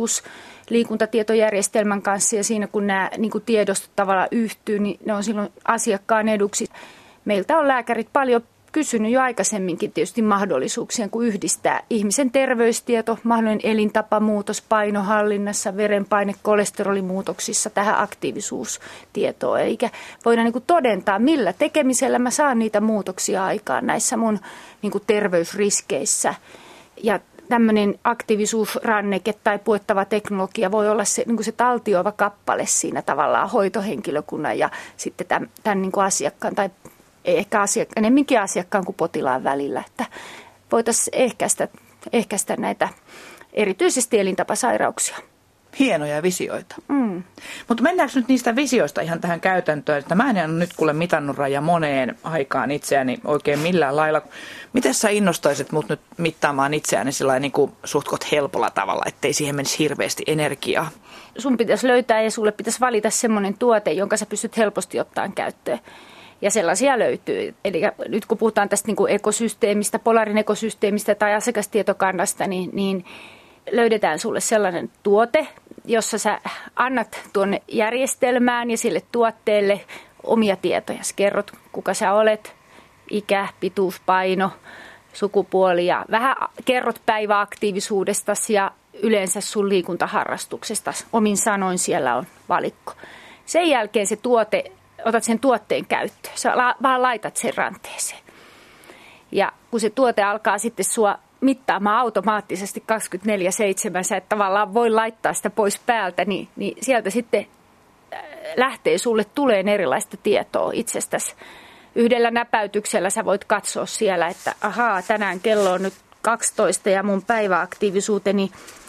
aktiivisuusliikuntatietojärjestelmän kanssa. Ja siinä kun nämä niin kuin tiedostot tavallaan yhtyy, niin ne on silloin asiakkaan eduksi. Meiltä on lääkärit paljon kysynyt jo aikaisemminkin tietysti mahdollisuuksien, kun yhdistää ihmisen terveystieto, mahdollinen elintapamuutos painohallinnassa, verenpaine, kolesterolimuutoksissa tähän aktiivisuustietoon. Eli voidaan niin kuin todentaa, millä tekemisellä mä saan niitä muutoksia aikaan näissä mun niin kuin terveysriskeissä. Ja tämmöinen aktiivisuusranneke tai puettava teknologia voi olla se, niin kuin se taltioiva kappale siinä tavallaan hoitohenkilökunnan ja sitten tämän, tämän niin kuin asiakkaan tai ehkä asiak- enemminkin asiakkaan kuin potilaan välillä, että voitaisiin ehkäistä, ehkäistä näitä erityisesti elintapasairauksia. Hienoja visioita. Mm. Mutta mennäänkö nyt niistä visioista ihan tähän käytäntöön, että mä en ole nyt kuule mitannut Raija moneen aikaan itseäni oikein millään lailla. Miten sä innostaisit mut nyt mittaamaan itseäni sellainen niin kuin suhtkot helpolla tavalla, ettei siihen menisi hirveästi energiaa? Sun pitäisi löytää ja sulle pitäisi valita semmoinen tuote, jonka sä pystyt helposti ottamaan käyttöön. Ja sellaisia löytyy. Eli nyt kun puhutaan tästä niin kuin ekosysteemistä, Polarin ekosysteemistä tai asiakastietokannasta, niin, niin löydetään sulle sellainen tuote, jossa sä annat tuonne järjestelmään ja sille tuotteelle omia tietoja. Sä kerrot, kuka sä olet, ikä, pituus, paino, sukupuoli ja vähän kerrot päiväaktiivisuudestasi ja yleensä sun liikuntaharrastuksesta. Omin sanoin siellä on valikko. Sen jälkeen se tuote, otat sen tuotteen käyttöön. Sä la, vaan laitat sen ranteeseen. Ja kun se tuote alkaa sitten sua mittaamaan automaattisesti kaksikymmentäneljä seitsemän, sä et tavallaan voi laittaa sitä pois päältä, niin, niin sieltä sitten lähtee sulle tuleen erilaista tietoa itsestäsi. Yhdellä näpäytyksellä sä voit katsoa siellä, että ahaa, tänään kello on nyt kaksitoista ja mun päiväaktiivisuuteni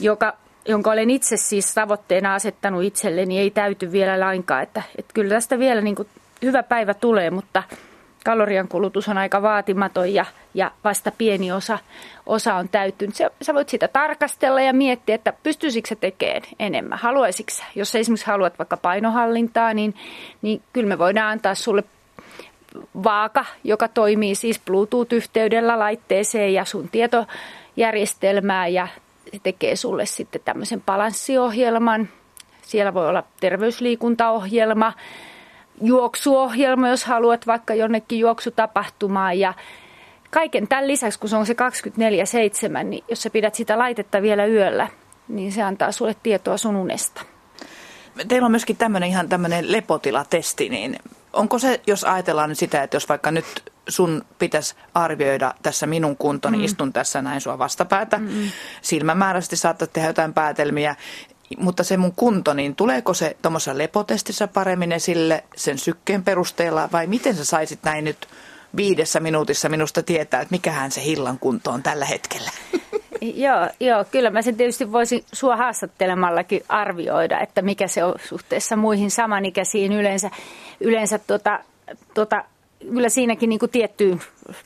joka, jonka olen itse siis tavoitteena asettanut itselleni, ei täyty vielä lainkaan. Että, että kyllä tästä vielä niin kuin hyvä päivä tulee, mutta kalorian kulutus on aika vaatimaton ja, ja vasta pieni osa, osa on täyttynyt. Sä, sä voit sitä tarkastella ja miettiä, että pystyisikö sä tekemään enemmän, haluaisitko sä? Jos sä esimerkiksi haluat vaikka painohallintaa, niin, niin kyllä me voidaan antaa sulle vaaka, joka toimii siis Bluetooth-yhteydellä laitteeseen ja sun tietojärjestelmää ja se tekee sulle sitten tämmöisen balanssiohjelman. Siellä voi olla terveysliikuntaohjelma, juoksuohjelma, jos haluat vaikka jonnekin juoksutapahtumaan ja kaiken tämän lisäksi, kun se on se kaksikymmentäneljä seitsemän, niin jos sä pidät sitä laitetta vielä yöllä, niin se antaa sulle tietoa sun unesta. Teillä on myöskin tämmöinen ihan tämmöinen lepotilatesti, niin onko se, jos ajatellaan nyt sitä, että jos vaikka nyt sun pitäisi arvioida tässä minun kuntoni, mm. istun tässä näin sua vastapäätä, mm. silmämääräisesti saattaa tehdä jotain päätelmiä, mutta se mun kunto, niin tuleeko se tuommoisessa lepotestissä paremmin esille sen sykkeen perusteella vai miten sä saisit näin nyt viidessä minuutissa minusta tietää, että mikähän se Hillan kunto on tällä hetkellä? Joo, joo, kyllä mä sen tietysti voisin sua haastattelemallakin arvioida, että mikä se on suhteessa muihin samanikäisiin yleensä. Yleensä tota, tota, kyllä siinäkin niin kuin tiettyyn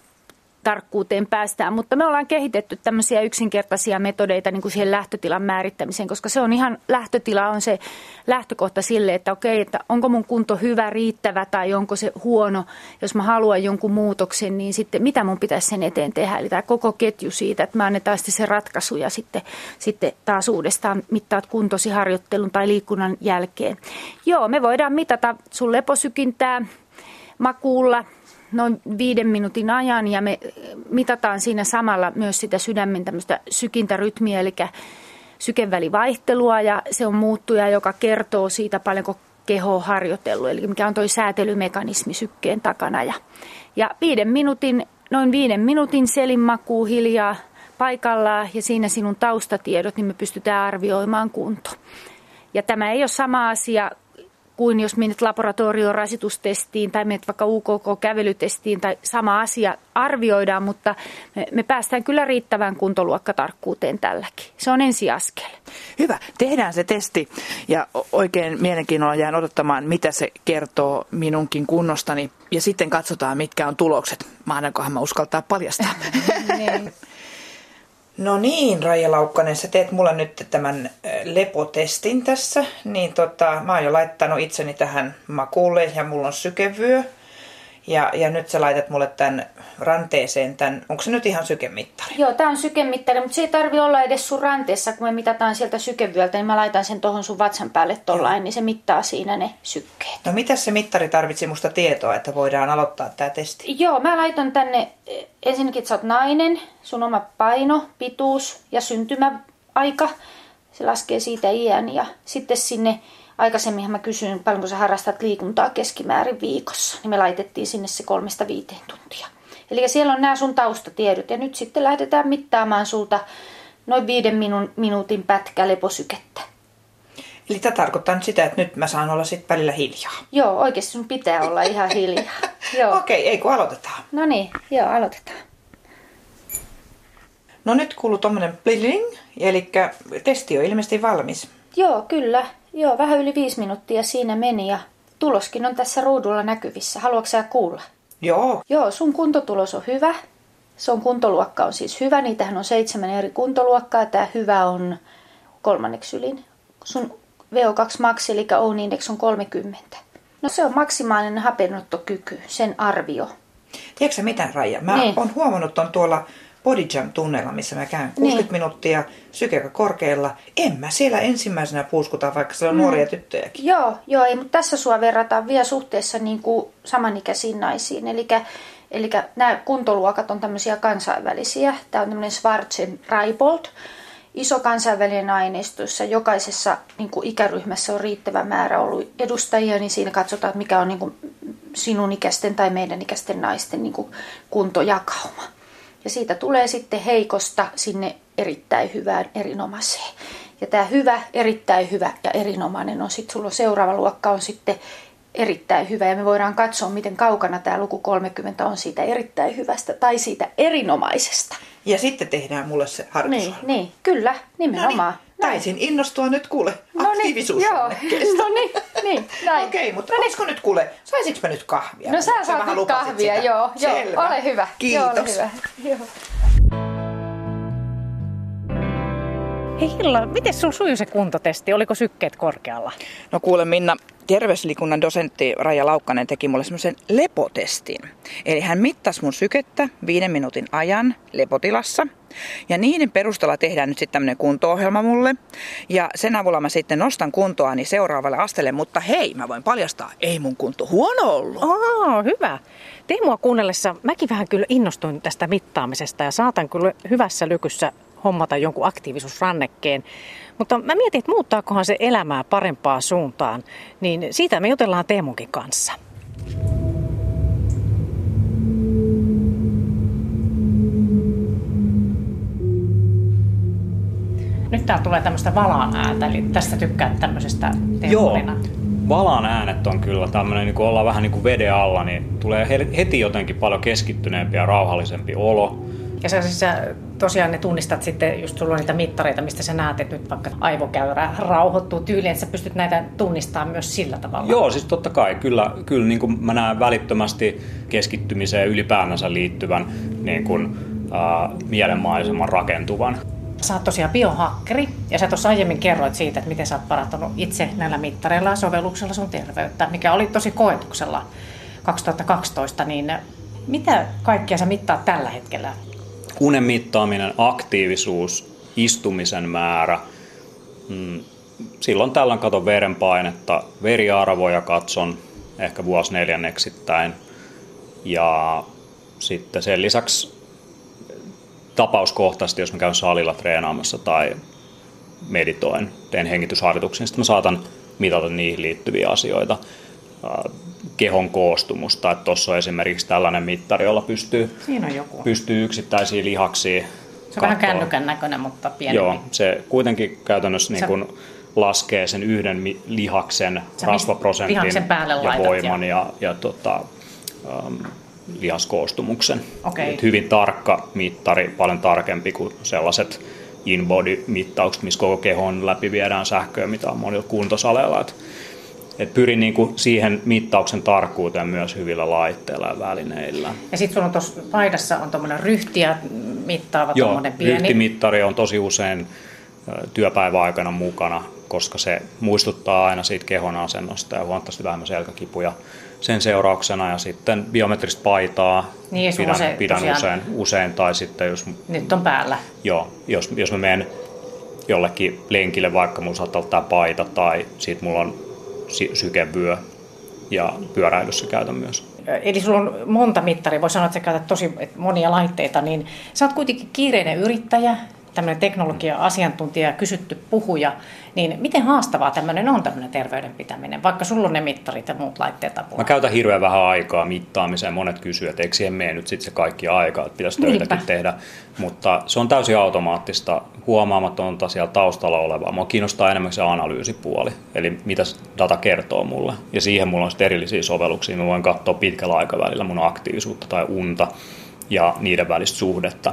tarkkuuteen päästään, mutta me ollaan kehitetty tämmöisiä yksinkertaisia metodeita niin kuin siihen lähtötilan määrittämiseen, koska se on ihan, lähtötila on se lähtökohta sille, että okei, että onko mun kunto hyvä, riittävä tai onko se huono, jos mä haluan jonkun muutoksen, niin sitten mitä mun pitäisi sen eteen tehdä, eli tämä koko ketju siitä, että me annetaan sitten se ratkaisu ja sitten, sitten taas uudestaan mittaat kuntosi harjoittelun tai liikunnan jälkeen. Joo, me voidaan mitata sun leposykintää makuulla noin viiden minuutin ajan ja me mitataan siinä samalla myös sitä sydämen tämmöistä sykintärytmiä, eli sykevälivaihtelua ja se on muuttuja, joka kertoo siitä paljonko keho on harjoitellut, eli mikä on toi säätelymekanismi sykkeen takana. Ja, ja viiden minuutin, noin viiden minuutin selinmakuu hiljaa paikallaan ja siinä sinun taustatiedot, niin me pystytään arvioimaan kunto. Ja tämä ei ole sama asia kuin jos menet laboratorioon rasitustestiin tai menet vaikka U K K-kävelytestiin tai sama asia arvioidaan, mutta me, me päästään kyllä riittävään kuntoluokkatarkkuuteen tälläkin. Se on ensiaskel. Hyvä, tehdään se testi ja oikein mielenkiinnolla jään odottamaan, mitä se kertoo minunkin kunnostani ja sitten katsotaan, mitkä on tulokset. Mahdankohan mä uskaltaa paljastaa. Niin. No niin, Raija Laukkanen, sä teet mulle nyt tämän lepotestin tässä, niin tota, mä oon jo laittanut itseni tähän makuulle ja mulla on sykevyö. Ja, ja nyt sä laitat mulle tämän ranteeseen tämän, onko se nyt ihan sykemittari? Joo, tää on sykemittari, mutta se ei tarvi olla edes sun ranteessa, kun me mitataan sieltä sykevyöltä, niin mä laitan sen tohon sun vatsan päälle tollain, niin se mittaa siinä ne sykkeet. No mitä se mittari tarvitsi musta tietoa, että voidaan aloittaa tää testi? Joo, mä laitan tänne, ensinnäkin että sä oot nainen, sun oma paino, pituus ja syntymäaika, se laskee siitä iän ja sitten sinne aikaisemminhan mä kysyin, paljonko sä harrastat liikuntaa keskimäärin viikossa, niin me laitettiin sinne se kolmesta viiteen tuntia. Eli siellä on nämä sun taustatiedot ja nyt sitten lähdetään mittaamaan sulta noin viiden minu- minuutin pätkä leposykettä. Eli tämä tarkoittaa nyt sitä, että nyt mä saan olla sitten välillä hiljaa. Joo, oikeasti sun pitää olla ihan hiljaa. Joo. Okei, ei kun aloitetaan. No niin, joo, aloitetaan. No nyt kuuluu tommonen bling, eli testi on ilmeisesti valmis. Joo, kyllä. Joo, vähän yli viisi minuuttia siinä meni ja tuloskin on tässä ruudulla näkyvissä. Haluatko sä kuulla? Joo. Joo, sun kuntotulos on hyvä. Se on kuntoluokka on siis hyvä. Niitähän on seitsemän eri kuntoluokkaa. Tämä hyvä on kolmanneksi ylin. Sun V O kaksi max eli Own Index on kolmekymmentä. No se on maksimaalinen hapenottokyky, sen arvio. Tiedätkö mitä, Raija? Mä niin. oon huomannut ton tuolla Body Jump-tunnella, missä mä käyn kuusikymmentä niin. minuuttia sykekä korkealla. En mä siellä ensimmäisenä puuskuta, vaikka siellä on mm. nuoria tyttöjäkin. Joo, joo ei, mutta tässä sua verrataan vielä suhteessa niin kuin samanikäisiin naisiin. Eli nämä kuntoluokat on tämmöisiä kansainvälisiä. Tämä on tämmöinen Schwarzen-Reibold, iso kansainvälinen aineisto, jossa jokaisessa niin kuin ikäryhmässä on riittävä määrä ollut edustajia, niin siinä katsotaan, että mikä on niin kuin sinun ikäisten tai meidän ikäisten naisten niin kuin kuntojakauma. Ja siitä tulee sitten heikosta sinne erittäin hyvään, erinomaiseen. Ja tämä hyvä, erittäin hyvä ja erinomainen on sitten, sulla seuraava luokka on sitten erittäin hyvä. Ja me voidaan katsoa, miten kaukana tämä luku kolmekymmentä on siitä erittäin hyvästä tai siitä erinomaisesta. Ja sitten tehdään mulle se harjoitus. Niin, niin, kyllä, nimenomaan. Taisin innostua nyt kuule No aktiivisuusrannekkeesta. No niin, niin, näin. Okei, mutta no niin. olisiko nyt kuule, saisinko mä nyt kahvia? No sä Sä saat vähän nyt lupasit kahvia, sitä. joo, joo. Selvä. Ole hyvä. Kiitos. Joo, ole hyvä. Joo. Hei Hilla, miten sun sujui se kuntotesti? Oliko sykkeet korkealla? No kuule Minna, terveysliikunnan dosentti Raija Laukkanen teki mulle semmoisen lepotestin. Eli hän mittasi mun sykettä viiden minuutin ajan lepotilassa. Ja niiden perusteella tehdään nyt sitten tämmöinen kunto-ohjelma mulle. Ja sen avulla mä sitten nostan kuntoani seuraavalle asteelle. Mutta hei, mä voin paljastaa, ei mun kunto huono ollut. Aa, hyvä. Teemua kuunnellessa mäkin vähän kyllä innostuin tästä mittaamisesta ja saatan kyllä hyvässä lykyssä hommata jonkun aktiivisuusrannekkeen. Mutta mä mietin, että muuttaakohan se elämää parempaan suuntaan, niin siitä me jutellaan Teemunkin kanssa. Nyt täällä tulee tämmöistä valaan ääntä, eli tästä tykkäät tämmöisestä Teemulina. Joo, valaan äänet on kyllä tämmöinen, niin kun ollaan vähän niin kuin veden alla, niin tulee heti jotenkin paljon keskittyneempi ja rauhallisempi olo. Ja sä, siis sä tosiaan ne tunnistat sitten, just sulla on niitä mittareita, mistä sä näet, että nyt vaikka aivokäyrä rauhoittuu tyyliin, että sä pystyt näitä tunnistamaan myös sillä tavalla. Joo, siis totta kai. Kyllä, kyllä niin kuin mä näen välittömästi keskittymiseen ylipäänsä liittyvän niin kuin, ää, mielenmaiseman rakentuvan. Sä oot tosiaan biohakkeri, ja sä tuossa aiemmin kerroit siitä, että miten sä oot parantanut itse näillä mittareilla ja sovelluksella sun terveyttä, mikä oli tosi koetuksella kaksituhattakaksitoista, niin mitä kaikkea sä mittaat tällä hetkellä? Unen mittaaminen, aktiivisuus, istumisen määrä. Silloin tällöin katon verenpainetta, veriarvoja katson ehkä vuosineljänneksittäin. Ja sitten sen lisäksi tapauskohtaisesti, jos mä käyn salilla treenaamassa tai meditoin, teen hengitysharjoituksia, sitten mä saatan mitata niihin liittyviä asioita. Kehon koostumusta, että tuossa on esimerkiksi tällainen mittari, jolla pystyy, Siinä on joku. pystyy yksittäisiä lihaksia Se on katsoa. vähän kännykän näköinen, mutta pienempi. Joo, se kuitenkin käytännössä niin kun laskee sen yhden lihaksen Sä rasvaprosentin lihaksen päälle ja laitat voiman ja- ja, ja tota, um, lihaskoostumuksen. Okei. Et hyvin tarkka mittari, paljon tarkempi kuin sellaiset in-body-mittaukset, missä koko kehon läpi viedään sähköä, mitä on monilla kuntosaleilla. Et, et pyrin niinku siihen mittauksen tarkkuuteen myös hyvillä laitteilla ja välineillä. Ja sitten sulla on tuossa paidassa on tuommoinen ryhtiä mittaava Joo, tuommoinen pieni. ryhtimittari on tosi usein työpäivän aikana mukana, koska se muistuttaa aina siitä kehon asennosta ja huomattavasti vähemmän selkäkipuja sen seurauksena. Ja sitten biometristä paitaa Niin, ja sulla pidän, se pidän tosiaan- usein, usein, tai sitten jos, Nyt on päällä. joo, jos, jos mä menen jollekin lenkille, vaikka mulla saattaa olla tää paita tai sitten mulla on sy- sykevyö ja pyöräilyssä käytän myös. Eli sulla on monta mittaria, voi sanoa, että sä käytät tosi monia laitteita, niin sä oot kuitenkin kiireinen yrittäjä, tämmöinen teknologia-asiantuntija ja kysytty puhuja, niin miten haastavaa tämmöinen on tämmöinen terveyden pitäminen, vaikka sulla on ne mittarit ja muut laitteet apua? Mä käytän hirveän vähän aikaa mittaamiseen. Monet kysyvät, että eikö siihen mene nyt sitten se kaikki aika, että pitäisi töitäkin Niinpä. tehdä. Mutta se on täysin automaattista, huomaamatonta siellä taustalla olevaa. Mua kiinnostaa enemmän se analyysipuoli, eli mitä data kertoo mulle. Ja siihen mulla on sitten erillisiä sovelluksia. Mä voin katsoa pitkällä aikavälillä mun aktiivisuutta tai unta ja niiden välistä suhdetta.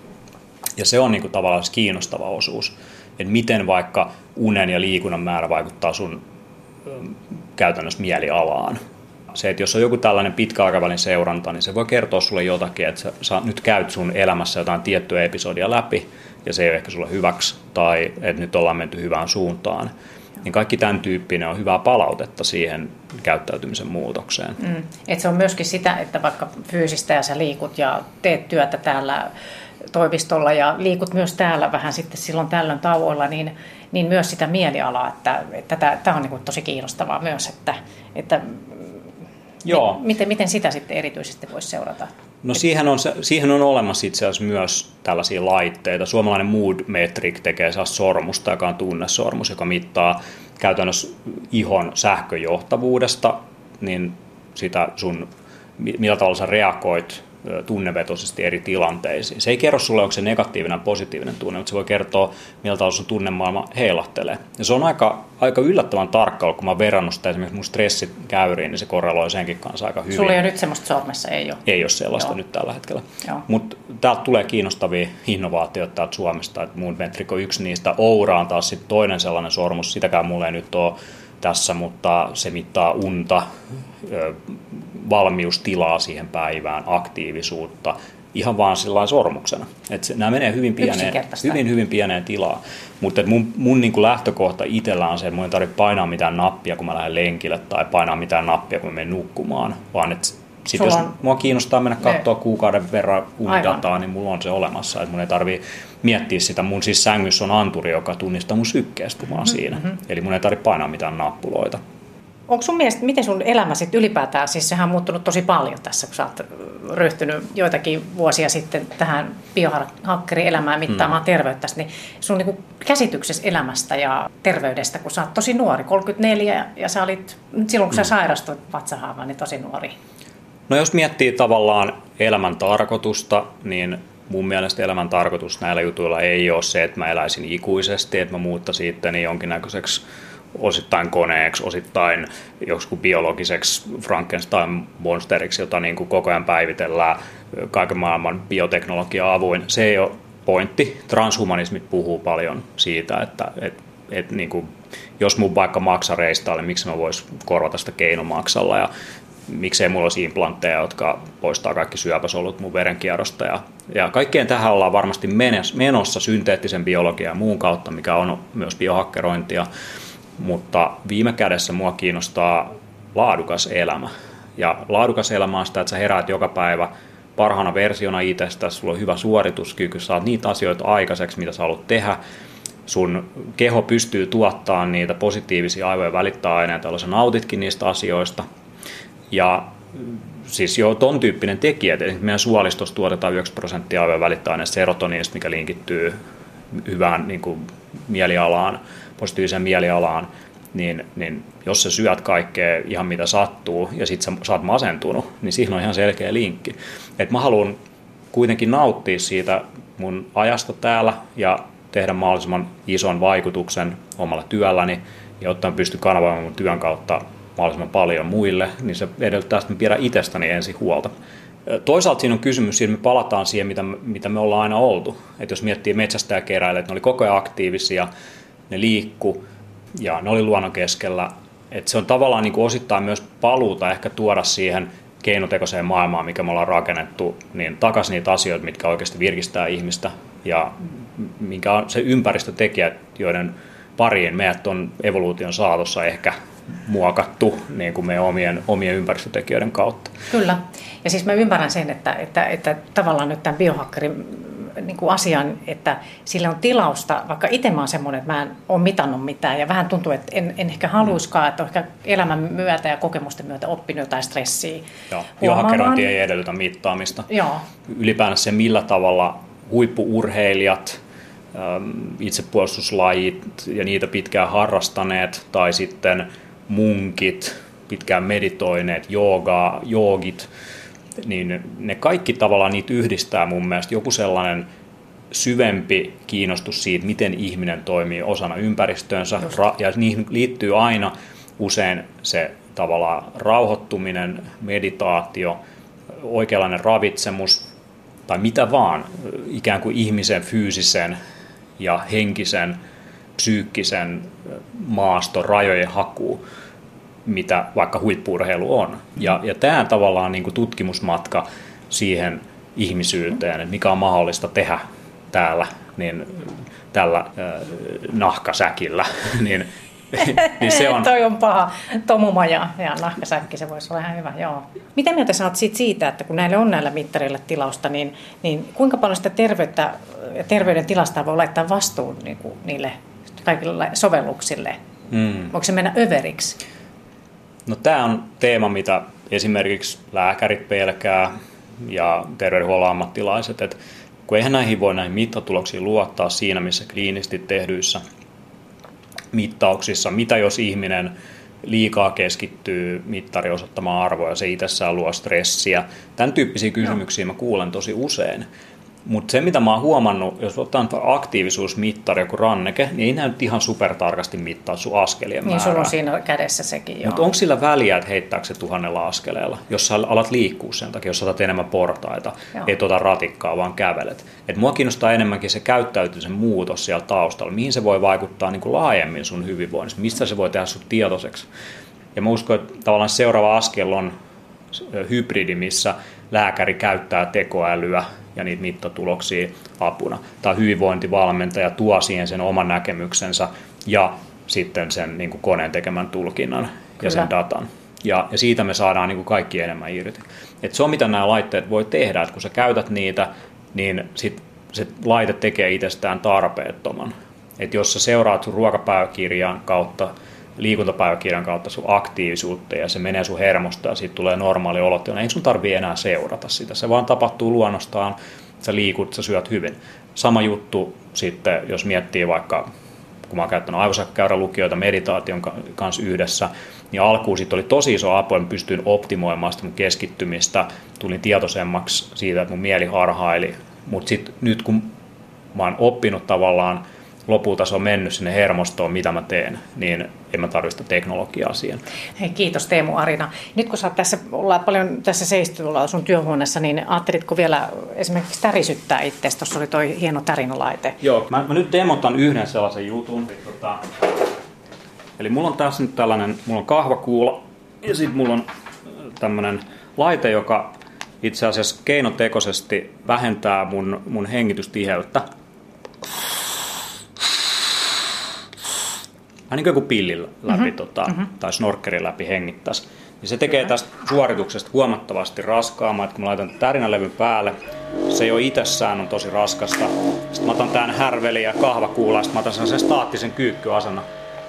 Ja se on niinku tavallaan se kiinnostava osuus, että miten vaikka unen ja liikunnan määrä vaikuttaa sun ö, käytännössä mielialaan. Se, että jos on joku tällainen pitkäaikavälin seuranta, niin se voi kertoa sulle jotakin, että sä, sä nyt käyt sun elämässä jotain tiettyä episodia läpi, ja se ei ole ehkä sulle hyväksi, tai että nyt ollaan menty hyvään suuntaan. Niin kaikki tämän tyyppinen on hyvää palautetta siihen käyttäytymisen muutokseen. Mm. Et se on myöskin sitä, että vaikka fyysistä ja sä liikut ja teet työtä täällä toimistolla ja liikut myös täällä vähän sitten silloin tällöin tauoilla, niin, niin myös sitä mielialaa, että, että tämä on niin kuin tosi kiinnostavaa myös, että, että Joo. Miten, miten sitä sitten erityisesti voisi seurata? No siihen on, siihen on olemassa itse asiassa myös tällaisia laitteita. Suomalainen Mood Metric tekee sellaista sormusta, joka on tunnesormus, joka mittaa käytännössä ihon sähköjohtavuudesta, niin sitä sun, millä tavalla sä reagoit tunnevetoisesti eri tilanteisiin. Se ei kerro sulle, onko se negatiivinen tai positiivinen tunne, mutta se voi kertoa, miltä sun tunnemaailma heilahtelee. Ja se on aika, aika yllättävän tarkka, kun mä oon verrannut sitä esimerkiksi mun stressikäyriin, niin se korreloi senkin kanssa aika hyvin. Sulla ei ole nyt semmoista sormessa, ei ole? Ei ole sellaista Joo. nyt tällä hetkellä. Mutta täältä tulee kiinnostavia innovaatioita täältä Suomesta. Moon Metric on yksi niistä. Oura on taas sit toinen sellainen sormus. Sitäkään mulla ei nyt ole tässä, mutta se mittaa unta, valmiustilaa siihen päivään, aktiivisuutta, ihan vaan sillain sormuksena. Et se, nämä menee hyvin pieneen, hyvin, hyvin pieneen tilaan. Mutta mun, mun niin kuin lähtökohta itsellä on se, että mun ei tarvitse painaa mitään nappia, kun mä lähden lenkille, tai painaa mitään nappia, kun mä menen nukkumaan, vaan että sit jos on... mua kiinnostaa mennä katsoa ne. kuukauden verran unidataa, niin mulla on se olemassa. Et mun ei tarvitse miettiä sitä. Mun siis sängyssä on anturi, joka tunnistaa mun sykkeestä, kun mä oon mm-hmm. siinä. Eli mun ei tarvitse painaa mitään nappuloita. Onko sun mielestä, miten sun elämä sitten ylipäätään, siis sehän on muuttunut tosi paljon tässä, kun sä oot ryhtynyt joitakin vuosia sitten tähän biohakkerielämään mittaamaan mm. terveyttä, niin sun niin käsityksessä elämästä ja terveydestä, kun sä oot tosi nuori, kolmekymmentäneljä, ja sä olit, silloin kun sä sairastuit vatsahaavaan, niin tosi nuori. No jos miettii tavallaan elämän tarkoitusta, niin mun mielestä elämän tarkoitus näillä jutuilla ei ole se, että mä eläisin ikuisesti, että mä muuttaisin itteni jonkinnäköiseksi osittain koneeksi, osittain joskus biologiseksi Frankenstein-monsteriksi, jota niin kuin koko ajan päivitellään kaiken maailman bioteknologia avuin. Se ei ole pointti. Transhumanismit puhuu paljon siitä, että et, et niin kuin, jos mun vaikka maksa reistaalle, miksi mä vois korvata sitä keinomaksalla ja miksei mulla olisi implantteja, jotka poistaa kaikki syöpäsolut mun verenkierrosta. Ja, ja kaikkeen tähän ollaan varmasti menossa synteettisen biologian ja muun kautta, mikä on myös biohakkerointia. Mutta viime kädessä mua kiinnostaa laadukas elämä. Ja laadukas elämä on sitä, että sä heräät joka päivä parhaana versiona itsestä, sulla on hyvä suorituskyky, saat niitä asioita aikaiseksi, mitä sä haluat tehdä. Sun keho pystyy tuottamaan niitä positiivisia aivojen välittäjäaineita, joilla sä nautitkin niistä asioista. Ja siis jo ton tyyppinen tekijä, että meidän suolistossa tuotetaan yhdeksänkymmentä prosenttia aivojen välittäjäaineista serotoniinista, mikä linkittyy hyvään niin kuin mielialaan, positiiviseen mielialaan, niin, niin jos sä syöt kaikkea ihan mitä sattuu ja sit sä, sä oot masentunut, niin siihen on ihan selkeä linkki. Et mä haluan kuitenkin nauttia siitä mun ajasta täällä ja tehdä mahdollisimman ison vaikutuksen omalla työlläni, ja ottaen pysty kanavoimaan mun työn kautta mahdollisimman paljon muille, niin se edellyttää, että mä pidän itsestäni ensin huolta. Toisaalta siinä on kysymys siitä, että me palataan siihen, mitä, mitä me ollaan aina oltu. Että jos miettii metsästäjäkeräilijät, ne oli koko ajan aktiivisia, ne liikku ja ne oli luonnon keskellä. Että se on tavallaan niin kuin osittain myös paluuta ehkä tuoda siihen keinotekoiseen maailmaan, mikä me ollaan rakennettu, niin takaisin niitä asioita, mitkä oikeasti virkistää ihmistä ja minkä on se ympäristötekijät, joiden pariin meidät on evoluution saatossa ehkä muokattu niin kuin meidän omien, omien ympäristötekijöiden kautta. Kyllä. Ja siis mä ymmärrän sen, että, että, että tavallaan nyt tämän biohakkerin niin kuin asian, että sillä on tilausta, vaikka itse mä oon semmoinen, että mä en ole mitannut mitään ja vähän tuntuu, että en, en ehkä haluiskaan, että ehkä elämän myötä ja kokemusten myötä oppinut jotain stressiä. Joo, biohakkerointi ei edellytä mittaamista. Joo. Ylipäänsä se, millä tavalla huippu-urheilijat, itsepuolustuslajit ja niitä pitkään harrastaneet tai sitten munkit, pitkään meditoineet, joogaa, joogit, niin ne kaikki tavallaan niitä yhdistää mun mielestä joku sellainen syvempi kiinnostus siitä, miten ihminen toimii osana ympäristöönsä. Ra- ja niihin liittyy aina usein se tavallaan rauhoittuminen, meditaatio, oikeanlainen ravitsemus tai mitä vaan, ikään kuin ihmisen fyysisen ja henkisen, psyykkisen maaston rajojen haku, mitä vaikka huippu-urheilu on. Ja, ja tämä tavallaan niin kuin tutkimusmatka siihen ihmisyyteen, että mikä on mahdollista tehdä täällä, niin tällä äh, nahkasäkillä, niin, niin se on... Toi on paha. Tomumaja ja nahkasäkki, se voisi olla ihan hyvä, joo. Miten mieltä sä oot siitä, että kun näille on näillä mittareilla tilausta, niin, niin kuinka paljon sitä terveyttä ja terveyden tilasta voi laittaa vastuun niin kuin niille kaikille sovelluksille? Mm. Voiko se mennä överiksi? No tämä on teema, mitä esimerkiksi lääkärit pelkää ja terveydenhuollon ammattilaiset, että kun eihän näihin voi näihin mittatuloksiin luottaa siinä, missä kliinisesti tehdyissä mittauksissa, mitä jos ihminen liikaa keskittyy mittari osoittamaan arvoja, se itsessään luo stressiä. Tämän tyyppisiä kysymyksiä mä kuulen tosi usein. Mutta se, mitä mä oon huomannut, jos otetaan aktiivisuusmittari, joku ranneke, niin ei näy ihan supertarkasti mittaa sun askelien määrää. Niin, sulla on siinä kädessä sekin, joo. Mutta onko sillä väliä, että heittääkö se tuhannella askeleella, jos sä alat liikkua sen takia, jos otat enemmän portaita, joo. Et ota ratikkaa, vaan kävelet. Et mua kiinnostaa enemmänkin se käyttäytymisen muutos siellä taustalla, mihin se voi vaikuttaa niin kuin laajemmin sun hyvinvoinnissa, mistä se voi tehdä sut tietoiseksi. Ja mä uskon, että tavallaan seuraava askel on hybridi, missä lääkäri käyttää tekoälyä ja niitä mittatuloksia apuna. Tämä hyvinvointivalmentaja tuo siihen sen oman näkemyksensä ja sitten sen niin kuin koneen tekemän tulkinnan Kyllä. ja sen datan. Ja, ja siitä me saadaan niin kuin kaikki enemmän irti. Et se on mitä nämä laitteet voi tehdä, että kun sä käytät niitä, niin sit se laite tekee itsestään tarpeettoman. Et jos sä seuraat sun ruokapäiväkirjan kautta, liikuntapäiväkirjan kautta sun aktiivisuutta ja se menee sun hermosta ja siitä tulee normaali olotila, ei sun tarvitse enää seurata sitä. Se vaan tapahtuu luonnostaan, sä liikut, sä syöt hyvin. Sama juttu sitten, jos miettii vaikka, kun mä oon käyttänyt aivosakkäyrälukijoita meditaation kanssa yhdessä, niin alkuun siitä oli tosi iso apu, että pystyin optimoimaan sitä mun keskittymistä, tulin tietoisemmaksi siitä, että mun mieli harhaili, mutta sitten nyt kun mä oon oppinut tavallaan, lopulta se on mennyt sinne hermostoon, mitä mä teen, niin en mä tarvitse teknologiaa siihen. Hei, kiitos Teemu Arina. Nyt kun sä oot tässä, ollaan paljon tässä seistyllä sun työhuoneessa, niin ajattelitko vielä esimerkiksi tärisyttää itseäsi? Tuossa oli toi hieno tärinalaite. Joo, mä, mä nyt demotan yhden sellaisen jutun. Tota, eli mulla on tässä nyt tällainen, mulla on kahvakuula ja sitten mulla on tämmöinen laite, joka itse asiassa keinotekoisesti vähentää mun, mun hengitystiheyttä. Vähän niin kuin joku pillin läpi mm-hmm. tota, mm-hmm. tai snorkkerin läpi hengittäisi. Ja se tekee tästä suorituksesta huomattavasti raskaamman, että kun mä laitan tärinälevyn päälle, se jo itsessään on tosi raskasta. Sitten mä otan tämän härvelin ja kahvakuulan, sitten mä otan sen staattisen kyykkyasennon.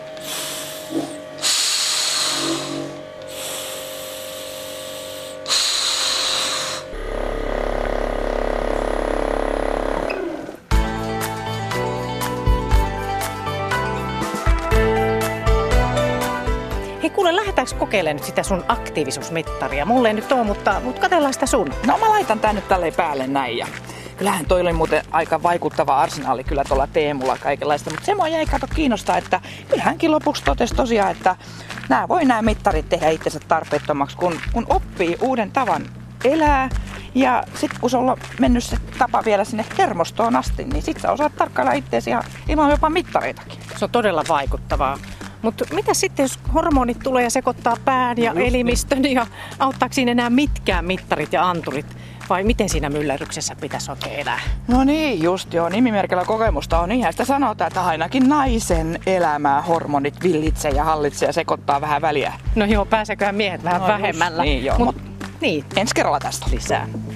Kuule, lähdetäänkö kokeilemaan nyt sitä sun aktiivisuusmittaria? Mulle ei nyt ole, mutta, mutta katsellaan sitä sun. No mä laitan tän nyt tälleen päälle näin. Ja kyllähän toi oli muuten aika vaikuttava arsenaali kyllä tuolla Teemulla kaikenlaista. Mutta se mua jäi kato kiinnostaa, että kyllä hänkin lopuksi totesi tosiaan, että nämä voi nämä mittarit tehdä itsensä tarpeettomaksi, kun, kun oppii uuden tavan elää. Ja sitten kun se on mennyt se tapa vielä sinne hermostoon asti, niin sit sä osaat tarkkailla itseäsi ihan ilman jopa mittareitakin. Se on todella vaikuttavaa. Mutta mitä sitten, jos hormonit tulee ja sekoittaa pään ja no elimistön ja auttaako siinä enää mitkään mittarit ja anturit? Vai miten siinä myllerryksessä pitäisi oikein elää? No niin, just joo. Nimimerkillä kokemusta on. Niinhän sitä sanotaan, että ainakin naisen elämää hormonit villitsee ja hallitsee ja sekoittaa vähän väliä. No joo, pääseköhän miehet vähän no vähemmällä. Just, niin joo. Mut, niin. Ensi kerralla tästä lisää.